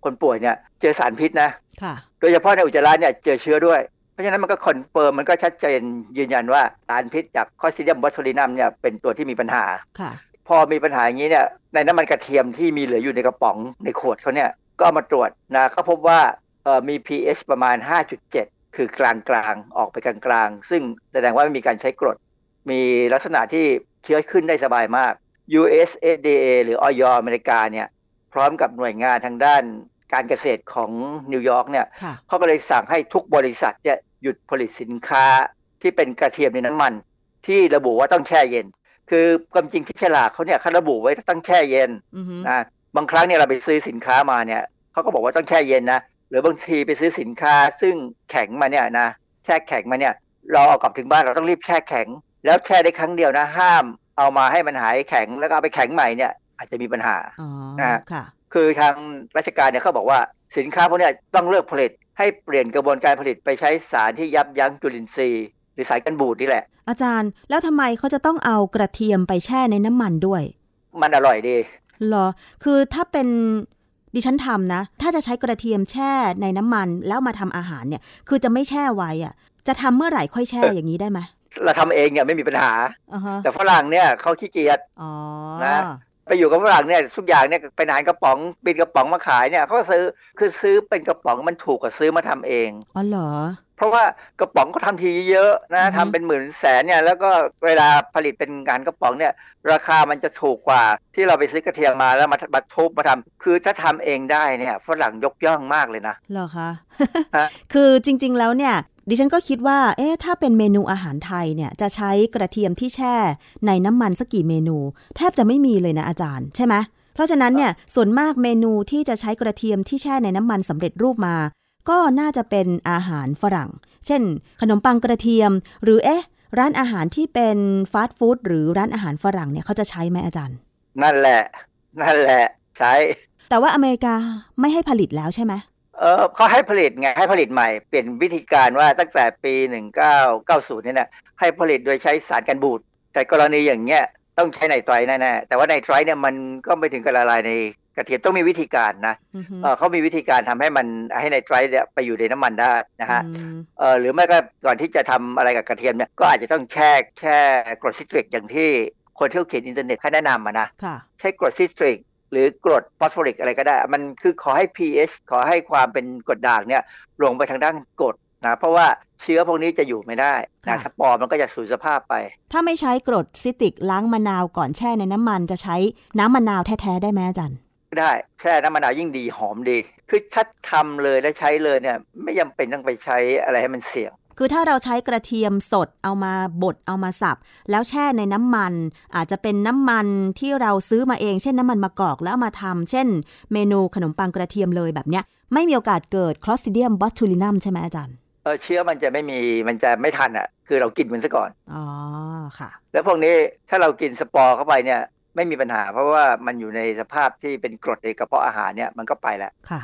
คนป่วยเนี่ยเจอสารพิษนะค่ะโดยเฉพาะในอุจจาระเนี่ยเจอเชื้อด้วยเพราะฉะนั้นมันก็คอนเฟิร์มมันก็ชัดเจนยืนยันว่าสารพิษจาก Clostridium botulinum เนี่ยเป็นตัวที่มีปัญหาค่ะพอมีปัญหาอย่างนี้เนี่ยในน้ำมันกระเทียมที่มีเหลืออยู่ในกระป๋องในขวดเขาเนี่ยก็เอามาตรวจนะเขาพบว่าเอ่อมี pH ประมาณ ห้าจุดเจ็ด คือกลางๆออกไปกลางๆซึ่งแสดงว่าไม่มีการใช้กรดมีลักษณะที่เชื้อขึ้นได้สบายมาก ยู เอส เอฟ ดี เอ หรือ อย.อเมริกาเนี่ยพร้อมกับหน่วยงานทางด้านการเกษตรของนิวยอร์กเนี่ยเขาก็เลยสั่งให้ทุกบริษัทเนี่ยหยุดผลิตสินค้าที่เป็นกระเทียมในน้ำมันที่ระบุว่าต้องแช่เย็นคือความจริงที่ฉลากเขาเนี่ยเขาระบุไว้ต้องแช่เย็น mm-hmm. นะบางครั้งเนี่ยเราไปซื้อสินค้ามาเนี่ยเขาก็บอกว่าต้องแช่เย็นนะหรือบางทีไปซื้อสินค้าซึ่งแข็งมาเนี่ยนะแช่แข็งมาเนี่ยเราเอากลับถึงบ้านเราต้องรีบแช่แข็งแล้วแช่ได้ครั้งเดียวนะห้ามเอามาให้มันหายแข็งแล้วก็เอาไปแข็งใหม่เนี่ยอาจจะมีปัญหา oh, นะคือทางราชการเนี่ยเขาบอกว่าสินค้าพวกนี้ต้องเลิกผลิตให้เปลี่ยนกระบวนการผลิตไปใช้สารที่ยับยั้งจุลินทรีย์หรือสารกันบูดนี่แหละอาจารย์แล้วทำไมเขาจะต้องเอากระเทียมไปแช่ในน้ำมันด้วยมันอร่อยดีเหรอคือถ้าเป็นดิฉันทำนะถ้าจะใช้กระเทียมแช่ในน้ำมันแล้วมาทำอาหารเนี่ยคือจะไม่แช่ไว้อะจะทำเมื่อไหร่ค่อยแช่ อย่างนี้ได้ไหมเราทำเองเนี่ยไม่มีปัญหา uh-huh. แต่ฝรั่งเนี่ยเขาขี้เกียจ oh. นะไปอยู่กับฝรั่งเนี่ยทุกอย่างเนี่ยเป็นอาหารกระป๋องเป็นกระป๋องมาขายเนี่ยเขาซื้อคือซื้อเป็นกระป๋องมันถูกกว่าซื้อมาทำเองอ๋อเหรอเพราะว่ากระป๋องก็ทำทีเยอะนะ uh-huh. ทำเป็นหมื่นแสนเนี่ยแล้วก็เวลาผลิตเป็นงานกระป๋องเนี่ยราคามันจะถูกกว่าที่เราไปซื้อกระเทียมมาแล้วมามาทุบมาทำคือถ้าทำเองได้เนี่ยฝรั่งยกย่องมากเลยนะเหรอคะ คือจริงๆแล้วเนี่ยดิฉันก็คิดว่าเอ๊ะถ้าเป็นเมนูอาหารไทยเนี่ยจะใช้กระเทียมที่แช่ในน้ำมันสักกี่เมนูแทบจะไม่มีเลยนะอาจารย์ใช่ไหมเพราะฉะนั้นเนี่ยส่วนมากเมนูที่จะใช้กระเทียมที่แช่ในน้ำมันสำเร็จรูปมาก็น่าจะเป็นอาหารฝรั่งเช่นขนมปังกระเทียมหรือเอ๊ะร้านอาหารที่เป็นฟาสต์ฟู้ดหรือร้านอาหารฝรั่งเนี่ยเขาจะใช้ไหมอาจารย์นั่นแหละนั่นแหละใช้แต่ว่าอเมริกาไม่ให้ผลิตแล้วใช่ไหมเออเขาให้ผลิตไงให้ผลิตใหม่เปลี่ยนวิธีการว่าตั้งแต่ปีหนึ่งพันเก้าร้อยเก้าสิบเนี่ยนะให้ผลิตโดยใช้สารกันบูดแต่กรณีอย่างเงี้ยต้องใช้ไนไตรแน่ๆแต่ว่าไนไตรเนี่ยมันก็ไม่ถึงกับละลายในกระเทียมต้องมีวิธีการนะ uh-huh. เออเขามีวิธีการทำให้มันให้ไนไตรเนี่ยไปอยู่ในน้ำมันได้นะฮะ uh-huh. เออหรือไม่ก็ก่อนที่จะทำอะไรกับกระเทียมเนี่ยก็อาจจะต้องแช่แช่กรดซิตริกอย่างที่คนที่เขาเขียนอินเทอร์เน็ตเขาแนะนำมานะ uh-huh. ใช้กรดซิตริกหรือกรดฟอสฟอริกอะไรก็ได้มันคือขอให้ pH ขอให้ความเป็นกรดด่างเนี่ยลงไปทางด้านกรดนะเพราะว่าเชื้อพวกนี้จะอยู่ไม่ได้นะสปอร์มันก็จะสูญสภาพไปถ้าไม่ใช้กรดซิตริกล้างมะนาวก่อนแช่ในน้ำมันจะใช้น้ำมะนาวแท้ๆได้ไหมอาจารย์ได้แช่น้ำมะนาวยิ่งดีหอมดีคือถ้าทำเลยแล้วใช้เลยเนี่ยไม่จำเป็นต้องไปใช้อะไรให้มันเสี่ยงคือถ้าเราใช้กระเทียมสดเอามาบดเอามาสับแล้วแช่ในน้ำมันอาจจะเป็นน้ำมันที่เราซื้อมาเองเช่นน้ำมันมะกอกแล้วมาทำเช่นเมนูขนมปังกระเทียมเลยแบบเนี้ยไม่มีโอกาสเกิด Clostridium botulinum ใช่ไหมอาจารย์เออเชื้อมันจะไม่มีมันจะไม่ทันอ่ะคือเรากินมันซะก่อนอ๋อค่ะแล้วพวกนี้ถ้าเรากินสปอร์เข้าไปเนี่ยไม่มีปัญหาเพราะว่ามันอยู่ในสภาพที่เป็นกรดในกระเพาะอาหารเนี่ยมันก็ไปแล้วค่ะ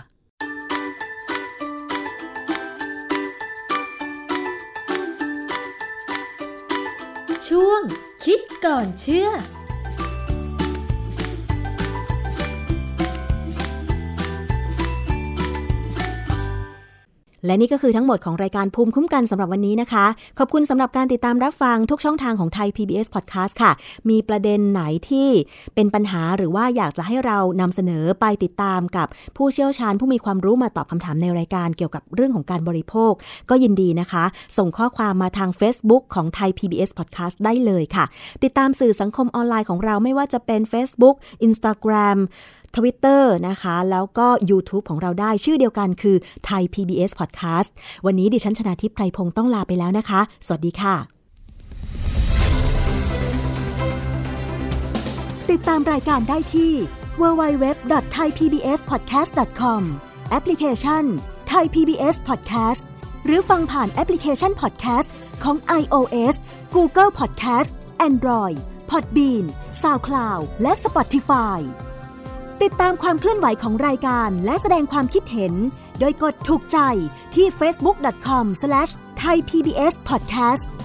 ช่วงคิดก่อนเชื่อและนี่ก็คือทั้งหมดของรายการภูมิคุ้มกันสำหรับวันนี้นะคะขอบคุณสำหรับการติดตามรับฟังทุกช่องทางของไทย พี บี เอส Podcast ค่ะมีประเด็นไหนที่เป็นปัญหาหรือว่าอยากจะให้เรานำเสนอไปติดตามกับผู้เชี่ยวชาญผู้มีความรู้มาตอบคำถามในรายการเกี่ยวกับเรื่องของการบริโภคก็ยินดีนะคะส่งข้อความมาทาง Facebook ของไทย พี บี เอส Podcast ได้เลยค่ะติดตามสื่อสังคมออนไลน์ของเราไม่ว่าจะเป็น Facebook Instagram Twitter นะคะแล้วก็ YouTube ของเราได้ชื่อเดียวกันคือ Thai พี บี เอส Podcast วันนี้ดิฉันชนาทิพย์ไพรพงศ์ต้องลาไปแล้วนะคะสวัสดีค่ะติดตามรายการได้ที่ ดับเบิลยู ดับเบิลยู ดับเบิลยู ดอท ไทยพีบีเอสพอดแคสต์ ดอท คอม แอปพลิเคชัน Thai พี บี เอส Podcast หรือฟังผ่านแอปพลิเคชัน Podcast ของ iOS Google Podcast Android Podbean SoundCloud และ Spotifyติดตามความเคลื่อนไหวของรายการและแสดงความคิดเห็นโดยกดถูกใจที่ เฟซบุ๊ก ดอท คอม สแลช ไทยพีบีเอสพอดแคสต์